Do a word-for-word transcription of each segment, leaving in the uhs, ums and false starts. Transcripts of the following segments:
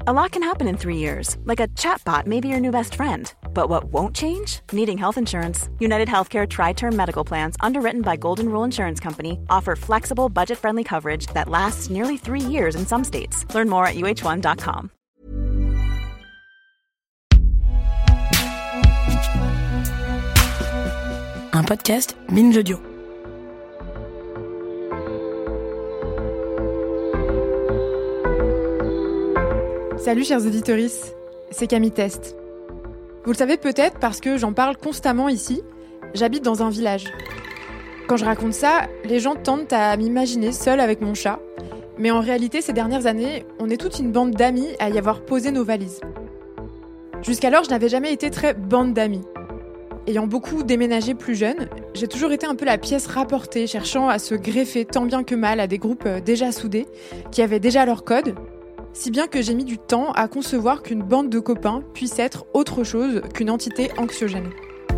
A lot can happen in three years, like a chatbot may be your new best friend. But what won't change? Needing health insurance. United Healthcare Tri-Term Medical Plans, underwritten by Golden Rule Insurance Company, offer flexible, budget-friendly coverage that lasts nearly three years in some states. Learn more at U H one dot com. Un podcast Binge Audio. Salut chers auditeuristes, c'est Camille Test. Vous le savez peut-être parce que j'en parle constamment ici, j'habite dans un village. Quand je raconte ça, les gens tentent à m'imaginer seule avec mon chat, mais en réalité ces dernières années, on est toute une bande d'amis à y avoir posé nos valises. Jusqu'alors, je n'avais jamais été très bande d'amis. Ayant beaucoup déménagé plus jeune, j'ai toujours été un peu la pièce rapportée, cherchant à se greffer tant bien que mal à des groupes déjà soudés, qui avaient déjà leur code, si bien que j'ai mis du temps à concevoir qu'une bande de copains puisse être autre chose qu'une entité anxiogène.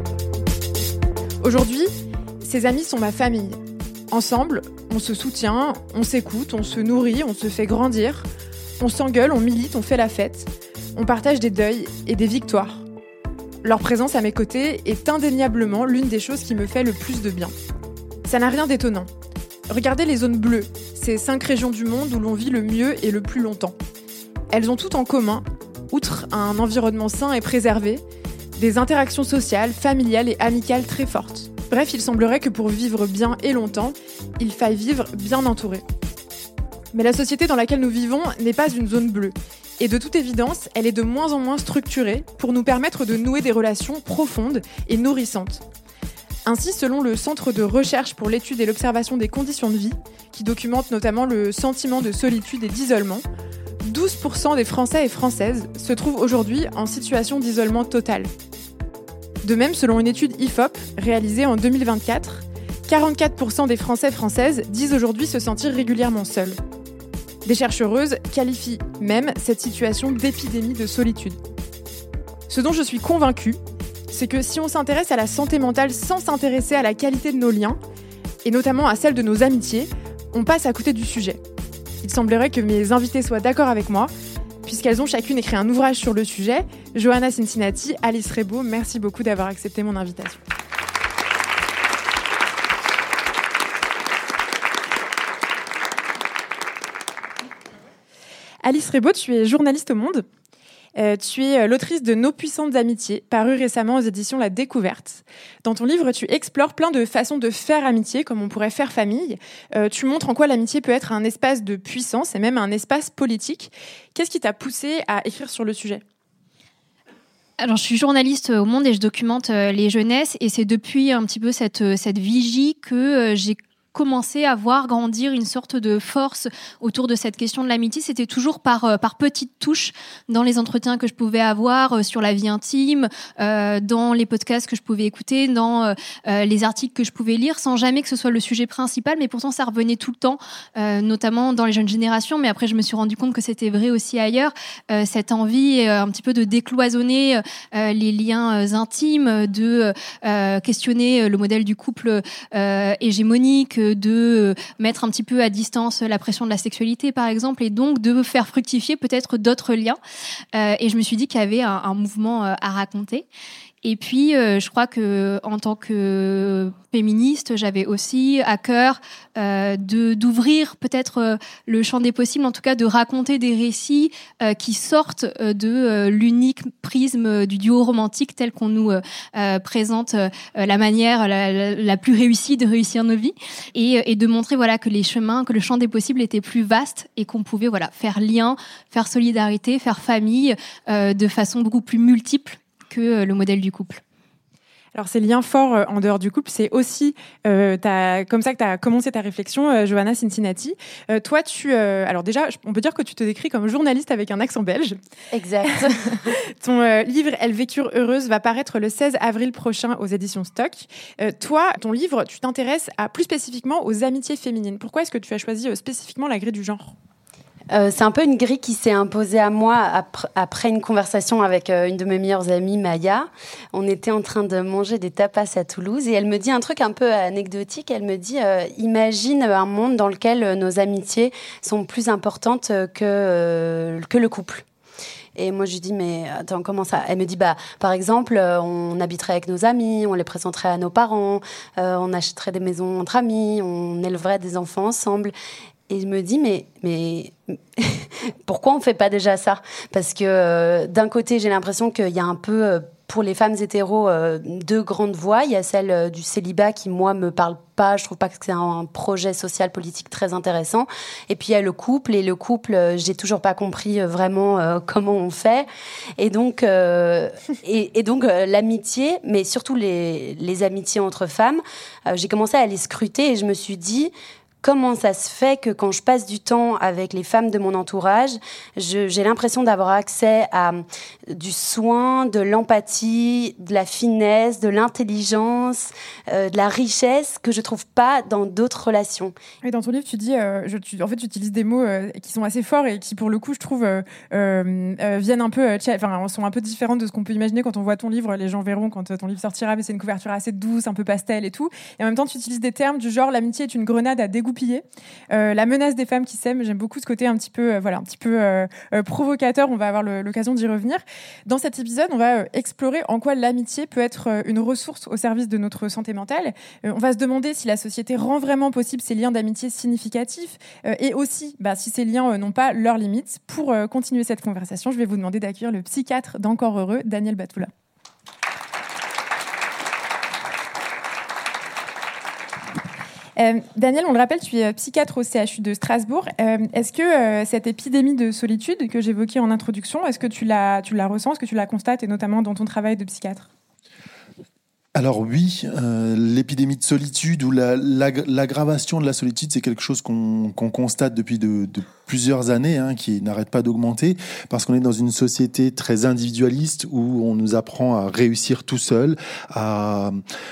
Aujourd'hui, ces amis sont ma famille. Ensemble, on se soutient, on s'écoute, on se nourrit, on se fait grandir, on s'engueule, on milite, on fait la fête, on partage des deuils et des victoires. Leur présence à mes côtés est indéniablement l'une des choses qui me fait le plus de bien. Ça n'a rien d'étonnant. Regardez les zones bleues, ces cinq régions du monde où l'on vit le mieux et le plus longtemps. Elles ont tout en commun, outre un environnement sain et préservé, des interactions sociales, familiales et amicales très fortes. Bref, il semblerait que pour vivre bien et longtemps, il faille vivre bien entouré. Mais la société dans laquelle nous vivons n'est pas une zone bleue. Et de toute évidence, elle est de moins en moins structurée pour nous permettre de nouer des relations profondes et nourrissantes. Ainsi, selon le Centre de recherche pour l'étude et l'observation des conditions de vie, qui documente notamment le sentiment de solitude et d'isolement, douze pour cent des Français et Françaises se trouvent aujourd'hui en situation d'isolement total. De même, selon une étude I F O P réalisée en deux mille vingt-quatre, quarante-quatre pour cent des Français et Françaises disent aujourd'hui se sentir régulièrement seuls. Des chercheuses qualifient même cette situation d'épidémie de solitude. Ce dont je suis convaincue, c'est que si on s'intéresse à la santé mentale sans s'intéresser à la qualité de nos liens, et notamment à celle de nos amitiés, on passe à côté du sujet. Il semblerait que mes invités soient d'accord avec moi, puisqu'elles ont chacune écrit un ouvrage sur le sujet. Johanna Cincinnati, Alice Rebaud, merci beaucoup d'avoir accepté mon invitation. Alice Rebaud, tu es journaliste au Monde. Euh, tu es l'autrice de Nos puissantes amitiés, paru récemment aux éditions La Découverte. Dans ton livre, tu explores plein de façons de faire amitié, comme on pourrait faire famille. Euh, tu montres en quoi l'amitié peut être un espace de puissance et même un espace politique. Qu'est-ce qui t'a poussé à écrire sur le sujet ? Alors, je suis journaliste au Monde et je documente les jeunesses. Et c'est depuis un petit peu cette, cette vigie que j'ai commencer à voir grandir une sorte de force autour de cette question de l'amitié. C'était toujours par, par petites touches dans les entretiens que je pouvais avoir sur la vie intime, euh, dans les podcasts que je pouvais écouter, dans euh, les articles que je pouvais lire, sans jamais que ce soit le sujet principal, mais pourtant ça revenait tout le temps, euh, notamment dans les jeunes générations, mais après je me suis rendu compte que c'était vrai aussi ailleurs, euh, cette envie euh, un petit peu de décloisonner euh, les liens euh, intimes, de euh, questionner le modèle du couple euh, hégémonique, de mettre un petit peu à distance la pression de la sexualité, par exemple, et donc de faire fructifier peut-être d'autres liens. Euh, et je me suis dit qu'il y avait un, un mouvement à raconter. Et puis, euh, je crois que en tant que féministe, j'avais aussi à cœur euh, de d'ouvrir peut-être euh, le champ des possibles, en tout cas de raconter des récits euh, qui sortent euh, de euh, l'unique prisme du duo romantique tel qu'on nous euh, euh, présente euh, la manière la, la, la plus réussie de réussir nos vies, et, et de montrer voilà que les chemins, que le champ des possibles était plus vaste et qu'on pouvait voilà faire lien, faire solidarité, faire famille euh, de façon beaucoup plus multiple que le modèle du couple. Alors, ces liens forts euh, en dehors du couple, c'est aussi euh, t'as, comme ça que tu as commencé ta réflexion, euh, Johanna Cincinnati. Euh, toi, tu... Euh, alors déjà, on peut dire que tu te décris comme journaliste avec un accent belge. Exact. Ton euh, livre « Elles vécurent heureuses » va paraître le seize avril prochain aux éditions Stock. Euh, toi, ton livre, tu t'intéresses à, plus spécifiquement aux amitiés féminines. Pourquoi est-ce que tu as choisi euh, spécifiquement la grille du genre ? Euh, c'est un peu une grille qui s'est imposée à moi après, après une conversation avec euh, une de mes meilleures amies, Maya. On était en train de manger des tapas à Toulouse et elle me dit un truc un peu anecdotique. Elle me dit euh, imagine un monde dans lequel euh, nos amitiés sont plus importantes que, euh, que le couple. Et moi, je lui dis, mais attends, comment ça ? Elle me dit, bah, par exemple, euh, on habiterait avec nos amis, on les présenterait à nos parents, euh, on achèterait des maisons entre amis, on élèverait des enfants ensemble. Et je me dis, mais, mais pourquoi on ne fait pas déjà ça ? Parce que euh, d'un côté, j'ai l'impression qu'il y a un peu, euh, pour les femmes hétéros, euh, deux grandes voies. Il y a celle euh, du célibat qui, moi, me parle pas. Je trouve pas que c'est un, un projet social politique très intéressant. Et puis, il y a le couple. Et le couple, euh, j'ai toujours pas compris euh, vraiment euh, comment on fait. Et donc, euh, et, et donc euh, l'amitié, mais surtout les, les amitiés entre femmes, euh, j'ai commencé à les scruter et je me suis dit... Comment ça se fait que quand je passe du temps avec les femmes de mon entourage, je, j'ai l'impression d'avoir accès à du soin, de l'empathie, de la finesse, de l'intelligence, euh, de la richesse que je trouve pas dans d'autres relations. Et dans ton livre, tu dis, euh, je, tu, en fait, tu utilises des mots euh, qui sont assez forts et qui, pour le coup, je trouve, euh, euh, viennent un peu, enfin, sont un peu différents de ce qu'on peut imaginer quand on voit ton livre. Les gens verront quand ton livre sortira, mais c'est une couverture assez douce, un peu pastel et tout. Et en même temps, tu utilises des termes du genre l'amitié est une grenade à dégoupiller. Euh, la menace des femmes qui s'aiment, j'aime beaucoup ce côté un petit peu, euh, voilà, un petit peu euh, euh, provocateur. On va avoir le, l'occasion d'y revenir. Dans cet épisode, on va euh, explorer en quoi l'amitié peut être euh, une ressource au service de notre santé mentale. Euh, on va se demander si la société rend vraiment possible ces liens d'amitié significatifs euh, et aussi bah, si ces liens euh, n'ont pas leurs limites. Pour euh, continuer cette conversation, je vais vous demander d'accueillir le psychiatre d'Encore Heureux, Daniel Batoula. Euh, Daniel, on le rappelle, tu es psychiatre au C H U de Strasbourg. Euh, est-ce que euh, cette épidémie de solitude que j'évoquais en introduction, est-ce que tu la, tu la ressens, est-ce que tu la constates, et notamment dans ton travail de psychiatre ? Alors oui, euh, l'épidémie de solitude ou la, la, l'aggravation de la solitude, c'est quelque chose qu'on, qu'on constate depuis de, de plusieurs années, hein, qui n'arrête pas d'augmenter, parce qu'on est dans une société très individualiste où on nous apprend à réussir tout seul, à...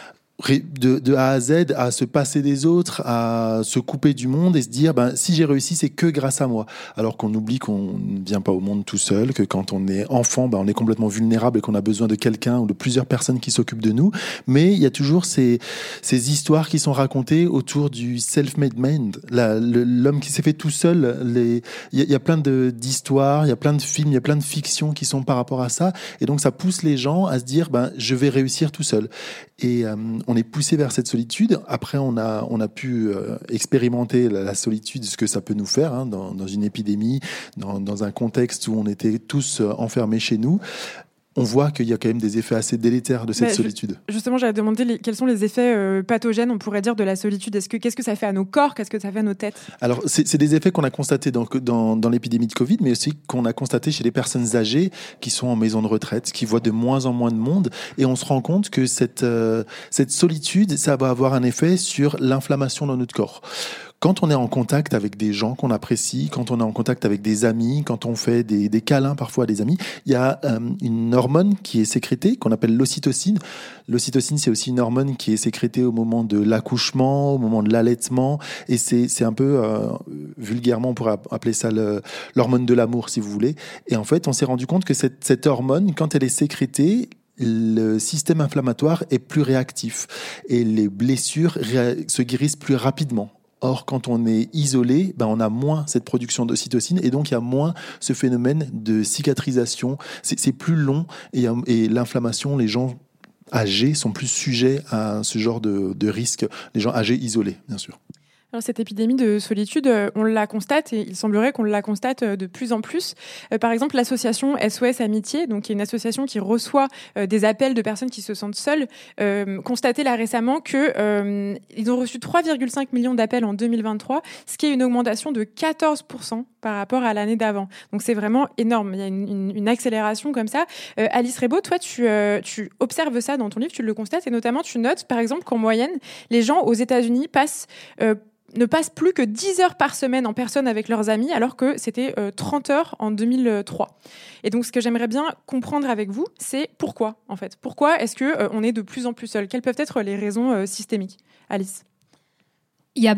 De, de A à Z, à se passer des autres, à se couper du monde et se dire ben, si j'ai réussi, c'est que grâce à moi. Alors qu'on oublie qu'on ne vient pas au monde tout seul, que quand on est enfant, ben, on est complètement vulnérable et qu'on a besoin de quelqu'un ou de plusieurs personnes qui s'occupent de nous. Mais il y a toujours ces, ces histoires qui sont racontées autour du self-made man, la, le, l'homme qui s'est fait tout seul. Les... Il, y a, il y a plein de, d'histoires, il y a plein de films, il y a plein de fictions qui sont par rapport à ça. Et donc ça pousse les gens à se dire ben, je vais réussir tout seul. Et euh, on est poussé vers cette solitude. Après, on a, on a pu euh, expérimenter la, la solitude, ce que ça peut nous faire hein, dans, dans une épidémie, dans, dans un contexte où on était tous euh, enfermés chez nous. On voit qu'il y a quand même des effets assez délétères de cette Mais solitude. Je, justement, j'avais demandé les, quels sont les effets euh, pathogènes, on pourrait dire, de la solitude. Est-ce que, qu'est-ce que ça fait à nos corps ? Qu'est-ce que ça fait à nos têtes ? Alors, c'est, c'est des effets qu'on a constatés dans, dans, dans l'épidémie de Covid, mais aussi qu'on a constaté chez les personnes âgées qui sont en maison de retraite, qui voient de moins en moins de monde. Et on se rend compte que cette, euh, cette solitude, ça va avoir un effet sur l'inflammation dans notre corps. Quand on est en contact avec des gens qu'on apprécie, quand on est en contact avec des amis, quand on fait des, des câlins parfois à des amis, il y a euh, une hormone qui est sécrétée, qu'on appelle l'ocytocine. L'ocytocine, c'est aussi une hormone qui est sécrétée au moment de l'accouchement, au moment de l'allaitement, et c'est, c'est un peu, euh, vulgairement, on pourrait appeler ça le, l'hormone de l'amour, si vous voulez. Et en fait, on s'est rendu compte que cette, cette hormone, quand elle est sécrétée, le système inflammatoire est plus réactif et les blessures ré- se guérissent plus rapidement. Or, quand on est isolé, ben on a moins cette production d'ocytocine et donc il y a moins ce phénomène de cicatrisation. C'est, c'est plus long et, et l'inflammation, les gens âgés sont plus sujets à ce genre de, de risque. Les gens âgés isolés, bien sûr. Alors, cette épidémie de solitude, on la constate et il semblerait qu'on la constate de plus en plus. Euh, par exemple, l'association S O S Amitié, donc qui est une association qui reçoit euh, des appels de personnes qui se sentent seules, euh, constatait là récemment que euh, ils ont reçu trois virgule cinq millions d'appels en deux mille vingt-trois, ce qui est une augmentation de quatorze pour cent par rapport à l'année d'avant. Donc c'est vraiment énorme. Il y a une, une, une accélération comme ça. Euh, Alice Rebaud, toi, tu, euh, tu observes ça dans ton livre, tu le constates et notamment tu notes, par exemple, qu'en moyenne, les gens aux États-Unis passent euh, ne passent plus que dix heures par semaine en personne avec leurs amis, alors que c'était euh, trente heures en deux mille trois. Et donc, ce que j'aimerais bien comprendre avec vous, c'est pourquoi, en fait. Pourquoi est-ce qu'on euh, est de plus en plus seul ? Quelles peuvent être les raisons euh, systémiques ? Alice ? Il y a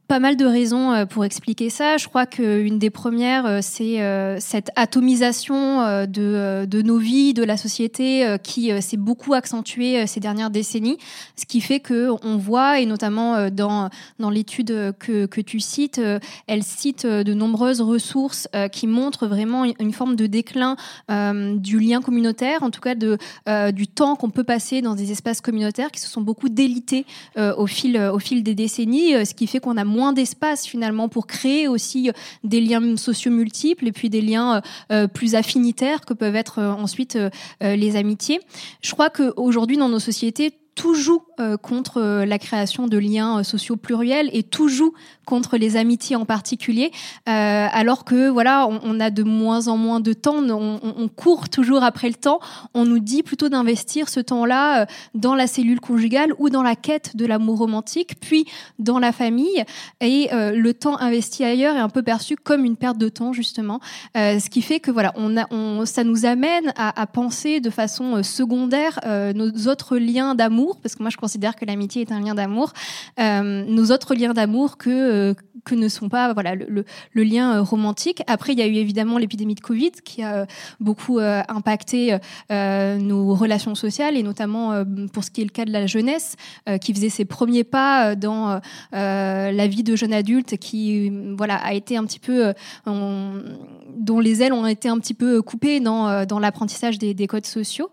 pas mal de raisons pour expliquer ça. Je crois qu'une des premières, c'est cette atomisation de, de nos vies, de la société, qui s'est beaucoup accentuée ces dernières décennies, ce qui fait qu'on voit, et notamment dans, dans l'étude que, que tu cites, elle cite de nombreuses ressources qui montrent vraiment une forme de déclin euh, du lien communautaire, en tout cas de, euh, du temps qu'on peut passer dans des espaces communautaires qui se sont beaucoup délités euh, au, fil, au fil des décennies, ce qui fait qu'on a moins d'espace finalement pour créer aussi des liens sociaux multiples et puis des liens euh, plus affinitaires que peuvent être euh, ensuite euh, les amitiés. Je crois qu'aujourd'hui dans nos sociétés, tout joue euh, contre euh, la création de liens euh, sociaux pluriels et tout joue contre les amitiés en particulier, euh, alors que voilà, on, on a de moins en moins de temps, on, on court toujours après le temps. On nous dit plutôt d'investir ce temps-là euh, dans la cellule conjugale ou dans la quête de l'amour romantique, puis dans la famille. Et euh, le temps investi ailleurs est un peu perçu comme une perte de temps justement, euh, ce qui fait que voilà, on a, on, ça nous amène à, à penser de façon euh, secondaire euh, nos autres liens d'amour. Parce que moi je considère que l'amitié est un lien d'amour, euh, nos autres liens d'amour que, euh, que ne sont pas voilà, le, le, le lien euh, romantique. Après il y a eu évidemment l'épidémie de Covid qui a euh, beaucoup euh, impacté euh, nos relations sociales et notamment euh, pour ce qui est le cas de la jeunesse euh, qui faisait ses premiers pas dans euh, la vie de jeune adulte qui voilà, a été un petit peu, euh, on, dont les ailes ont été un petit peu coupées dans, dans l'apprentissage des, des codes sociaux.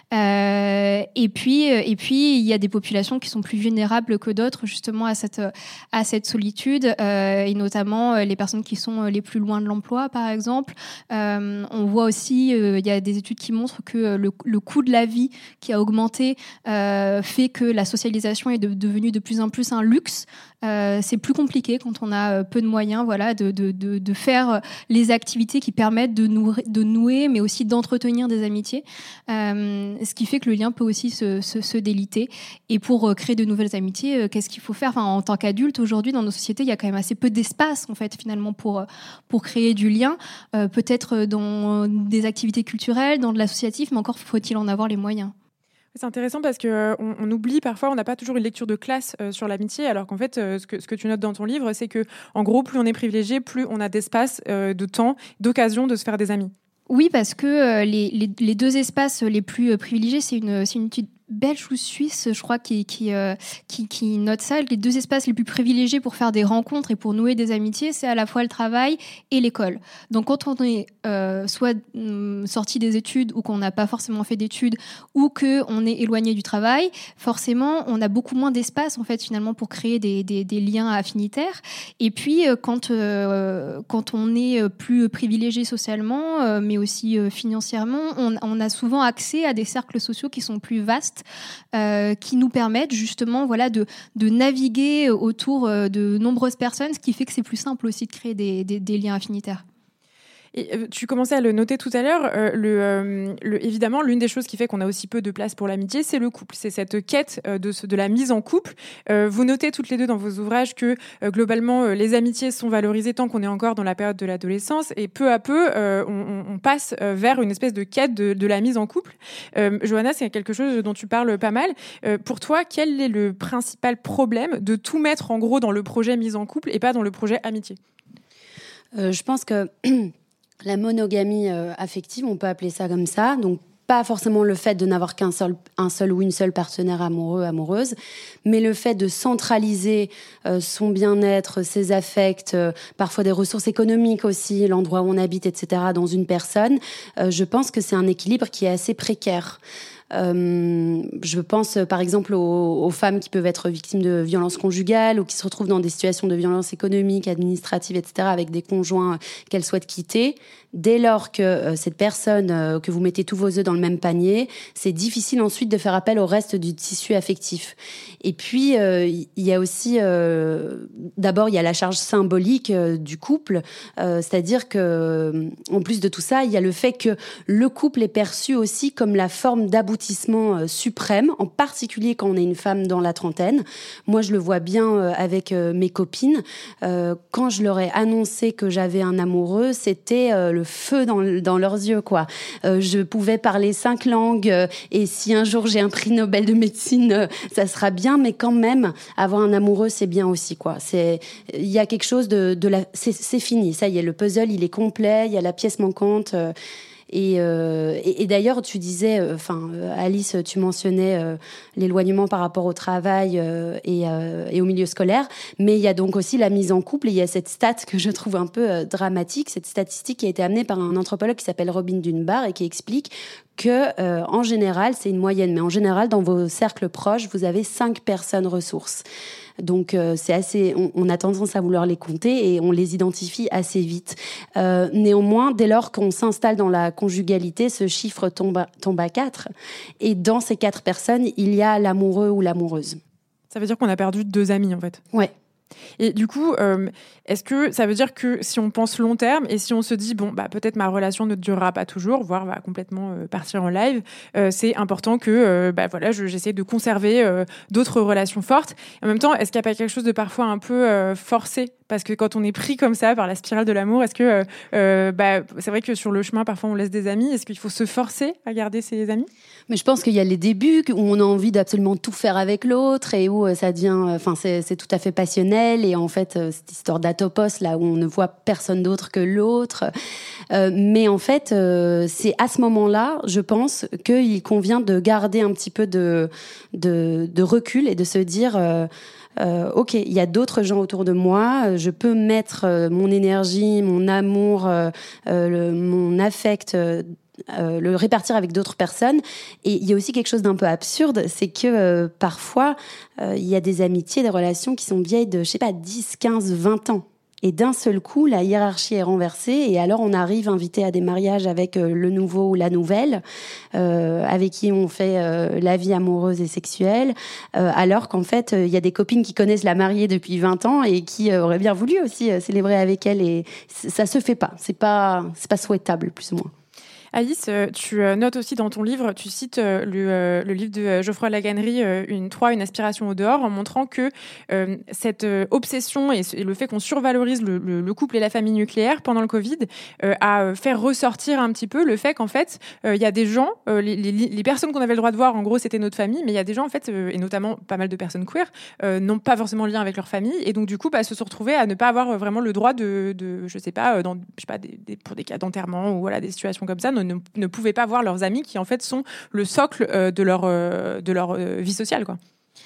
Euh, et puis, et puis il y a des populations qui sont plus vulnérables que d'autres justement à cette, à cette solitude, euh, et notamment les personnes qui sont les plus loin de l'emploi, par exemple. Euh, on voit aussi, euh, il y a des études qui montrent que le, le coût de la vie qui a augmenté euh, fait que la socialisation est de, devenue de plus en plus un luxe. Euh, c'est plus compliqué quand on a peu de moyens, voilà, de, de, de, de faire les activités qui permettent de nouer, de nouer mais aussi d'entretenir des amitiés. Euh, ce qui fait que le lien peut aussi se, se, se déliter. Et pour créer de nouvelles amitiés, euh, qu'est-ce qu'il faut faire ? Enfin, en tant qu'adulte, aujourd'hui, dans nos sociétés, il y a quand même assez peu d'espace, en fait, finalement, pour, pour créer du lien. Euh, peut-être dans des activités culturelles, dans de l'associatif, mais encore faut-il en avoir les moyens. C'est intéressant parce qu'on euh, on oublie parfois, on n'a pas toujours une lecture de classe euh, sur l'amitié, alors qu'en fait, euh, ce, que, ce que tu notes dans ton livre, c'est que, en gros, plus on est privilégié, plus on a d'espace, euh, de temps, d'occasion de se faire des amis. Oui, parce que euh, les, les, les deux espaces les plus euh, privilégiés, c'est une, c'est une étude belge ou suisse, je crois, qui, qui, euh, qui, qui note ça. Les deux espaces les plus privilégiés pour faire des rencontres et pour nouer des amitiés, c'est à la fois le travail et l'école. Donc quand on est euh, soit euh, sorti des études ou qu'on n'a pas forcément fait d'études ou qu'on est éloigné du travail, forcément, on a beaucoup moins d'espace, en fait, finalement, pour créer des, des, des liens affinitaires. Et puis, euh, quand, euh, quand on est plus privilégié socialement, euh, mais aussi euh, financièrement, on, on a souvent accès à des cercles sociaux qui sont plus vastes, Euh, qui nous permettent justement voilà, de, de naviguer autour de nombreuses personnes, ce qui fait que c'est plus simple aussi de créer des, des, des liens affinitaires. Et euh, tu commençais à le noter tout à l'heure, euh, le, euh, le, évidemment, l'une des choses qui fait qu'on a aussi peu de place pour l'amitié, c'est le couple. C'est cette quête euh, de, de la mise en couple. Euh, vous notez toutes les deux dans vos ouvrages que euh, globalement, euh, les amitiés sont valorisées tant qu'on est encore dans la période de l'adolescence et peu à peu, euh, on, on passe euh, vers une espèce de quête de, de la mise en couple. Euh, Johanna, c'est quelque chose dont tu parles pas mal. Euh, pour toi, quel est le principal problème de tout mettre en gros dans le projet mise en couple et pas dans le projet amitié ? euh, Je pense que la monogamie euh, affective, on peut appeler ça comme ça, donc pas forcément le fait de n'avoir qu'un seul, un seul ou une seule partenaire amoureux, amoureuse, mais le fait de centraliser euh, son bien-être, ses affects, euh, parfois des ressources économiques aussi, l'endroit où on habite, et cetera, dans une personne. Euh, je pense que c'est un équilibre qui est assez précaire. Euh, je pense par exemple aux, aux femmes qui peuvent être victimes de violences conjugales ou qui se retrouvent dans des situations de violence économique, administrative, et cetera, avec des conjoints qu'elles souhaitent quitter. Dès lors que euh, cette personne, euh, que vous mettez tous vos œufs dans le même panier, c'est difficile ensuite de faire appel au reste du tissu affectif. Et puis, il euh, y a aussi, euh, d'abord, il y a la charge symbolique euh, du couple, euh, c'est-à-dire que, en plus de tout ça, il y a le fait que le couple est perçu aussi comme la forme d'aboutissement aboutissement euh, suprême, en particulier quand on est une femme dans la trentaine. Moi, je le vois bien euh, avec euh, mes copines. Euh, quand je leur ai annoncé que j'avais un amoureux, c'était euh, le feu dans, dans leurs yeux, quoi. Euh, je pouvais parler cinq langues euh, et si un jour j'ai un prix Nobel de médecine, euh, ça sera bien, mais quand même, avoir un amoureux, c'est bien aussi, quoi. C'est, il y a quelque chose de, de la, c'est, c'est fini. Ça y est, le puzzle, il est complet, il y a la pièce manquante. Euh, Et, euh, et, et d'ailleurs, tu disais, enfin, euh, Alice, tu mentionnais euh, l'éloignement par rapport au travail euh, et, euh, et au milieu scolaire, mais il y a donc aussi la mise en couple. Et il y a cette stat que je trouve un peu euh, dramatique, cette statistique qui a été amenée par un anthropologue qui s'appelle Robin Dunbar et qui explique que, euh, en général, c'est une moyenne, mais en général, dans vos cercles proches, vous avez cinq personnes ressources. Donc euh, c'est assez, on, on a tendance à vouloir les compter et on les identifie assez vite. Euh, néanmoins, dès lors qu'on s'installe dans la conjugalité, ce chiffre tombe à, tombe à quatre. Et dans ces quatre personnes, il y a l'amoureux ou l'amoureuse. Ça veut dire qu'on a perdu deux amis, en fait. Ouais. Et du coup, euh, est-ce que ça veut dire que si on pense long terme et si on se dit, bon, bah, peut-être ma relation ne durera pas toujours, voire va complètement euh, partir en live, euh, c'est important que euh, bah, voilà, je, j'essaie de conserver euh, d'autres relations fortes. En même temps, est-ce qu'il n'y a pas quelque chose de parfois un peu euh, forcé ? Parce que quand on est pris comme ça par la spirale de l'amour, est-ce que euh, euh, bah, c'est vrai que sur le chemin, parfois on laisse des amis. Est-ce qu'il faut se forcer à garder ses amis ? Mais je pense qu'il y a les débuts où on a envie d'absolument tout faire avec l'autre et où ça devient, enfin c'est, c'est tout à fait passionnel et en fait cette histoire d'atopos là où on ne voit personne d'autre que l'autre. Euh, mais en fait euh, c'est à ce moment-là, je pense, qu'il convient de garder un petit peu de de, de recul et de se dire. Euh, Euh, ok, il y a d'autres gens autour de moi, je peux mettre euh, mon énergie, mon amour, euh, euh, le, mon affect, euh, euh, le répartir avec d'autres personnes. Et il y a aussi quelque chose d'un peu absurde, c'est que euh, parfois, euh, il y a des amitiés, des relations qui sont vieilles de, je sais pas, dix, quinze, vingt ans. Et d'un seul coup, la hiérarchie est renversée et alors on arrive invité à des mariages avec euh, le nouveau ou la nouvelle, euh, avec qui on fait euh, la vie amoureuse et sexuelle, euh, alors qu'en fait, il euh, y a des copines qui connaissent la mariée depuis vingt ans et qui euh, auraient bien voulu aussi euh, célébrer avec elle et c- ça se fait pas. C'est pas, c'est pas souhaitable, plus ou moins. Alice, tu notes aussi dans ton livre, tu cites le, le livre de Geoffroy Laganerie, une trois, une aspiration au dehors, en montrant que euh, cette obsession et le fait qu'on survalorise le, le, le couple et la famille nucléaire pendant le Covid euh, a fait ressortir un petit peu le fait qu'en fait, il euh, y a des gens, euh, les, les, les personnes qu'on avait le droit de voir, en gros, c'était notre famille, mais il y a des gens, en fait, euh, et notamment pas mal de personnes queer, euh, n'ont pas forcément lien avec leur famille, et donc du coup, bah, se sont retrouvés à ne pas avoir vraiment le droit de, de je sais pas, dans, je sais pas, des, des, pour des cas d'enterrement ou voilà, des situations comme ça, ne, ne, ne pouvaient pas voir leurs amis qui en fait sont le socle euh, de leur euh, de leur euh, vie sociale, quoi.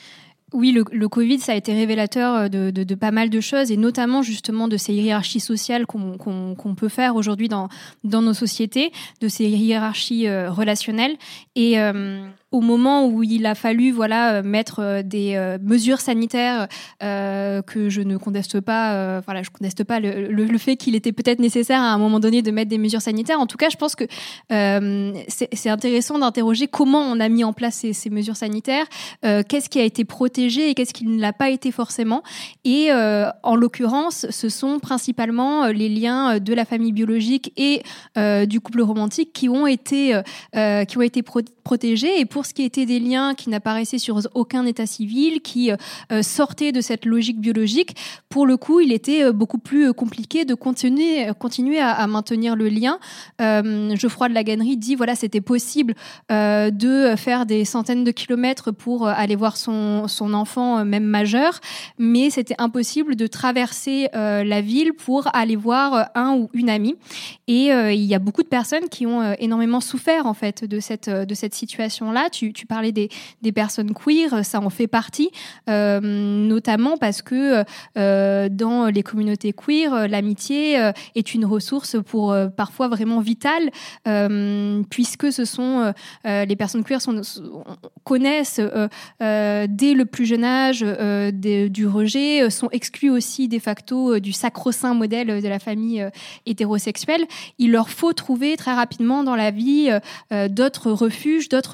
Oui, le, le Covid, ça a été révélateur de, de, de pas mal de choses, et notamment justement de ces hiérarchies sociales qu'on, qu'on, qu'on peut faire aujourd'hui dans, dans nos sociétés, de ces hiérarchies euh, relationnelles. Et euh, au moment où il a fallu voilà, mettre des euh, mesures sanitaires euh, que je ne conteste pas, euh, voilà, je conteste pas le, le, le fait qu'il était peut-être nécessaire à un moment donné de mettre des mesures sanitaires. En tout cas, je pense que euh, c'est, c'est intéressant d'interroger comment on a mis en place ces, ces mesures sanitaires, euh, qu'est-ce qui a été protégé et qu'est-ce qui ne l'a pas été forcément. Et euh, en l'occurrence, ce sont principalement les liens de la famille biologique et euh, du couple romantique qui ont été, euh, qui ont été pro- protégés. Et pour ce qui était des liens qui n'apparaissaient sur aucun état civil, qui euh, sortaient de cette logique biologique, pour le coup, il était beaucoup plus compliqué de continuer, continuer à, à maintenir le lien. Euh, Geoffroy de Laganerie dit voilà, c'était possible euh, de faire des centaines de kilomètres pour aller voir son, son enfant, même majeur, mais c'était impossible de traverser euh, la ville pour aller voir un ou une amie. Et euh, il y a beaucoup de personnes qui ont euh, énormément souffert en fait de cette de cette situation-là. Tu, tu parlais des des personnes queer, ça en fait partie, euh, notamment parce que euh, dans les communautés queer, l'amitié euh, est une ressource pour euh, parfois vraiment vitale, euh, puisque ce sont euh, les personnes queer sont, sont, connaissent euh, euh, dès le plus jeune âge euh, des, du rejet, euh, sont exclus aussi de facto euh, du sacro-saint modèle de la famille euh, hétérosexuelle. Il leur faut trouver très rapidement dans la vie euh, d'autres refuges, d'autres espaces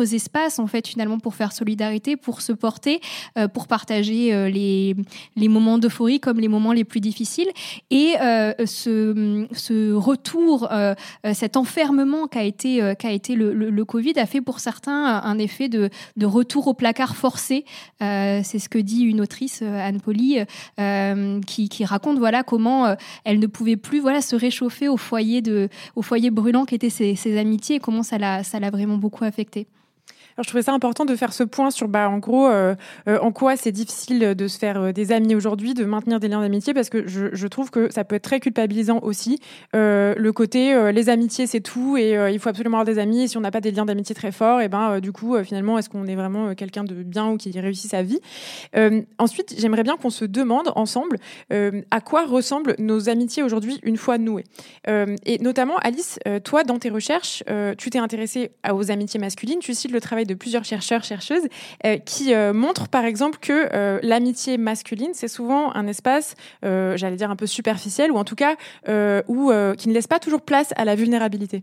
espace en fait finalement pour faire solidarité, pour se porter, euh, pour partager euh, les les moments d'euphorie comme les moments les plus difficiles. Et euh, ce ce retour, euh, cet enfermement qu'a été euh, qu'a été le, le, le Covid a fait pour certains un effet de de retour au placard forcé. Euh, c'est ce que dit une autrice, Anne Pauly, euh, qui qui raconte voilà comment euh, elle ne pouvait plus voilà se réchauffer au foyer de au foyer brûlant qu'étaient ses, ses amitiés et comment ça l'a ça l'a vraiment beaucoup affectée. Alors, je trouvais ça important de faire ce point sur, bah, en gros, euh, euh, en quoi c'est difficile de se faire euh, des amis aujourd'hui, de maintenir des liens d'amitié, parce que je, je trouve que ça peut être très culpabilisant aussi. Euh, le côté, euh, les amitiés, c'est tout, et euh, il faut absolument avoir des amis, et si on n'a pas des liens d'amitié très forts, et ben, euh, du coup, euh, finalement, est-ce qu'on est vraiment euh, quelqu'un de bien ou qui réussit sa vie ? euh, Ensuite, j'aimerais bien qu'on se demande ensemble euh, à quoi ressemblent nos amitiés aujourd'hui une fois nouées. Euh, et notamment, Alice, euh, toi, dans tes recherches, euh, tu t'es intéressée aux amitiés masculines, tu cites le travail de plusieurs chercheurs, chercheuses, euh, qui euh, montrent par exemple que euh, l'amitié masculine, c'est souvent un espace, euh, j'allais dire un peu superficiel, ou en tout cas euh, où, euh, qui ne laisse pas toujours place à la vulnérabilité.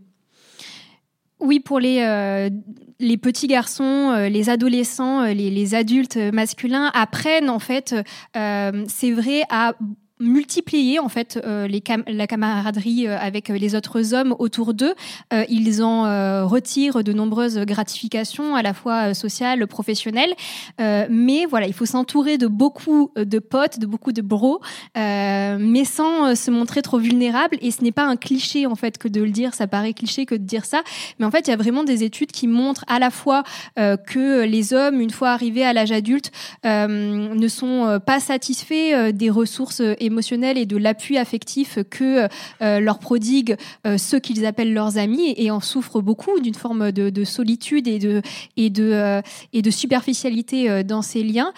Oui, pour les, euh, les petits garçons, euh, les adolescents, euh, les, les adultes masculins apprennent en fait, euh, c'est vrai, à multiplier en fait euh, les cam- la camaraderie euh, avec les autres hommes autour d'eux. Euh, ils en euh, retirent de nombreuses gratifications à la fois euh, sociales, professionnelles. Euh, mais voilà, il faut s'entourer de beaucoup de potes, de beaucoup de bros, euh, mais sans euh, se montrer trop vulnérable. Et ce n'est pas un cliché en fait que de le dire. Ça paraît cliché que de dire ça, mais en fait, il y a vraiment des études qui montrent à la fois euh, que les hommes, une fois arrivés à l'âge adulte, euh, ne sont pas satisfaits euh, des ressources émotionnel et de l'appui affectif que euh, leur prodiguent euh, ceux qu'ils appellent leurs amis et en souffrent beaucoup d'une forme de, de solitude et de, et de, euh, et de superficialité euh, dans ces liens,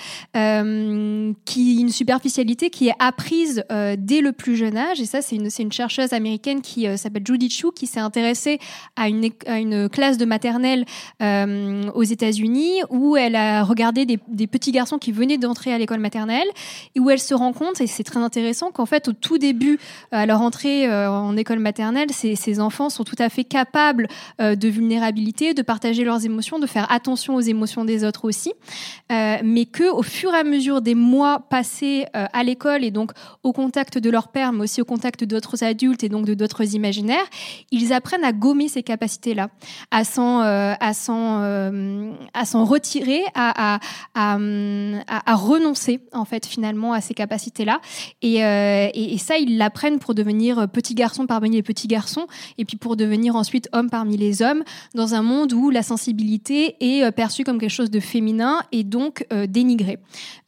euh, qui, une superficialité qui est apprise euh, dès le plus jeune âge. Et ça, c'est une, c'est une chercheuse américaine qui euh, s'appelle Judy Chu, qui s'est intéressée à une, à une classe de maternelle euh, aux États-Unis où elle a regardé des, des petits garçons qui venaient d'entrer à l'école maternelle et où elle se rend compte, et c'est très intéressant, qu'en fait, au tout début, à leur entrée euh, en école maternelle, ces, ces enfants sont tout à fait capables euh, de vulnérabilité, de partager leurs émotions, de faire attention aux émotions des autres aussi, euh, mais qu'au fur et à mesure des mois passés euh, à l'école et donc au contact de leur père, mais aussi au contact d'autres adultes et donc de d'autres imaginaires, ils apprennent à gommer ces capacités-là, à s'en, euh, à s'en, euh, à s'en retirer, à, à, à, à, à renoncer en fait finalement à ces capacités-là. Et, euh, et, et ça, ils l'apprennent pour devenir petit garçon parmi les petits garçons, et puis pour devenir ensuite homme parmi les hommes, dans un monde où la sensibilité est perçue comme quelque chose de féminin et donc euh, dénigrée.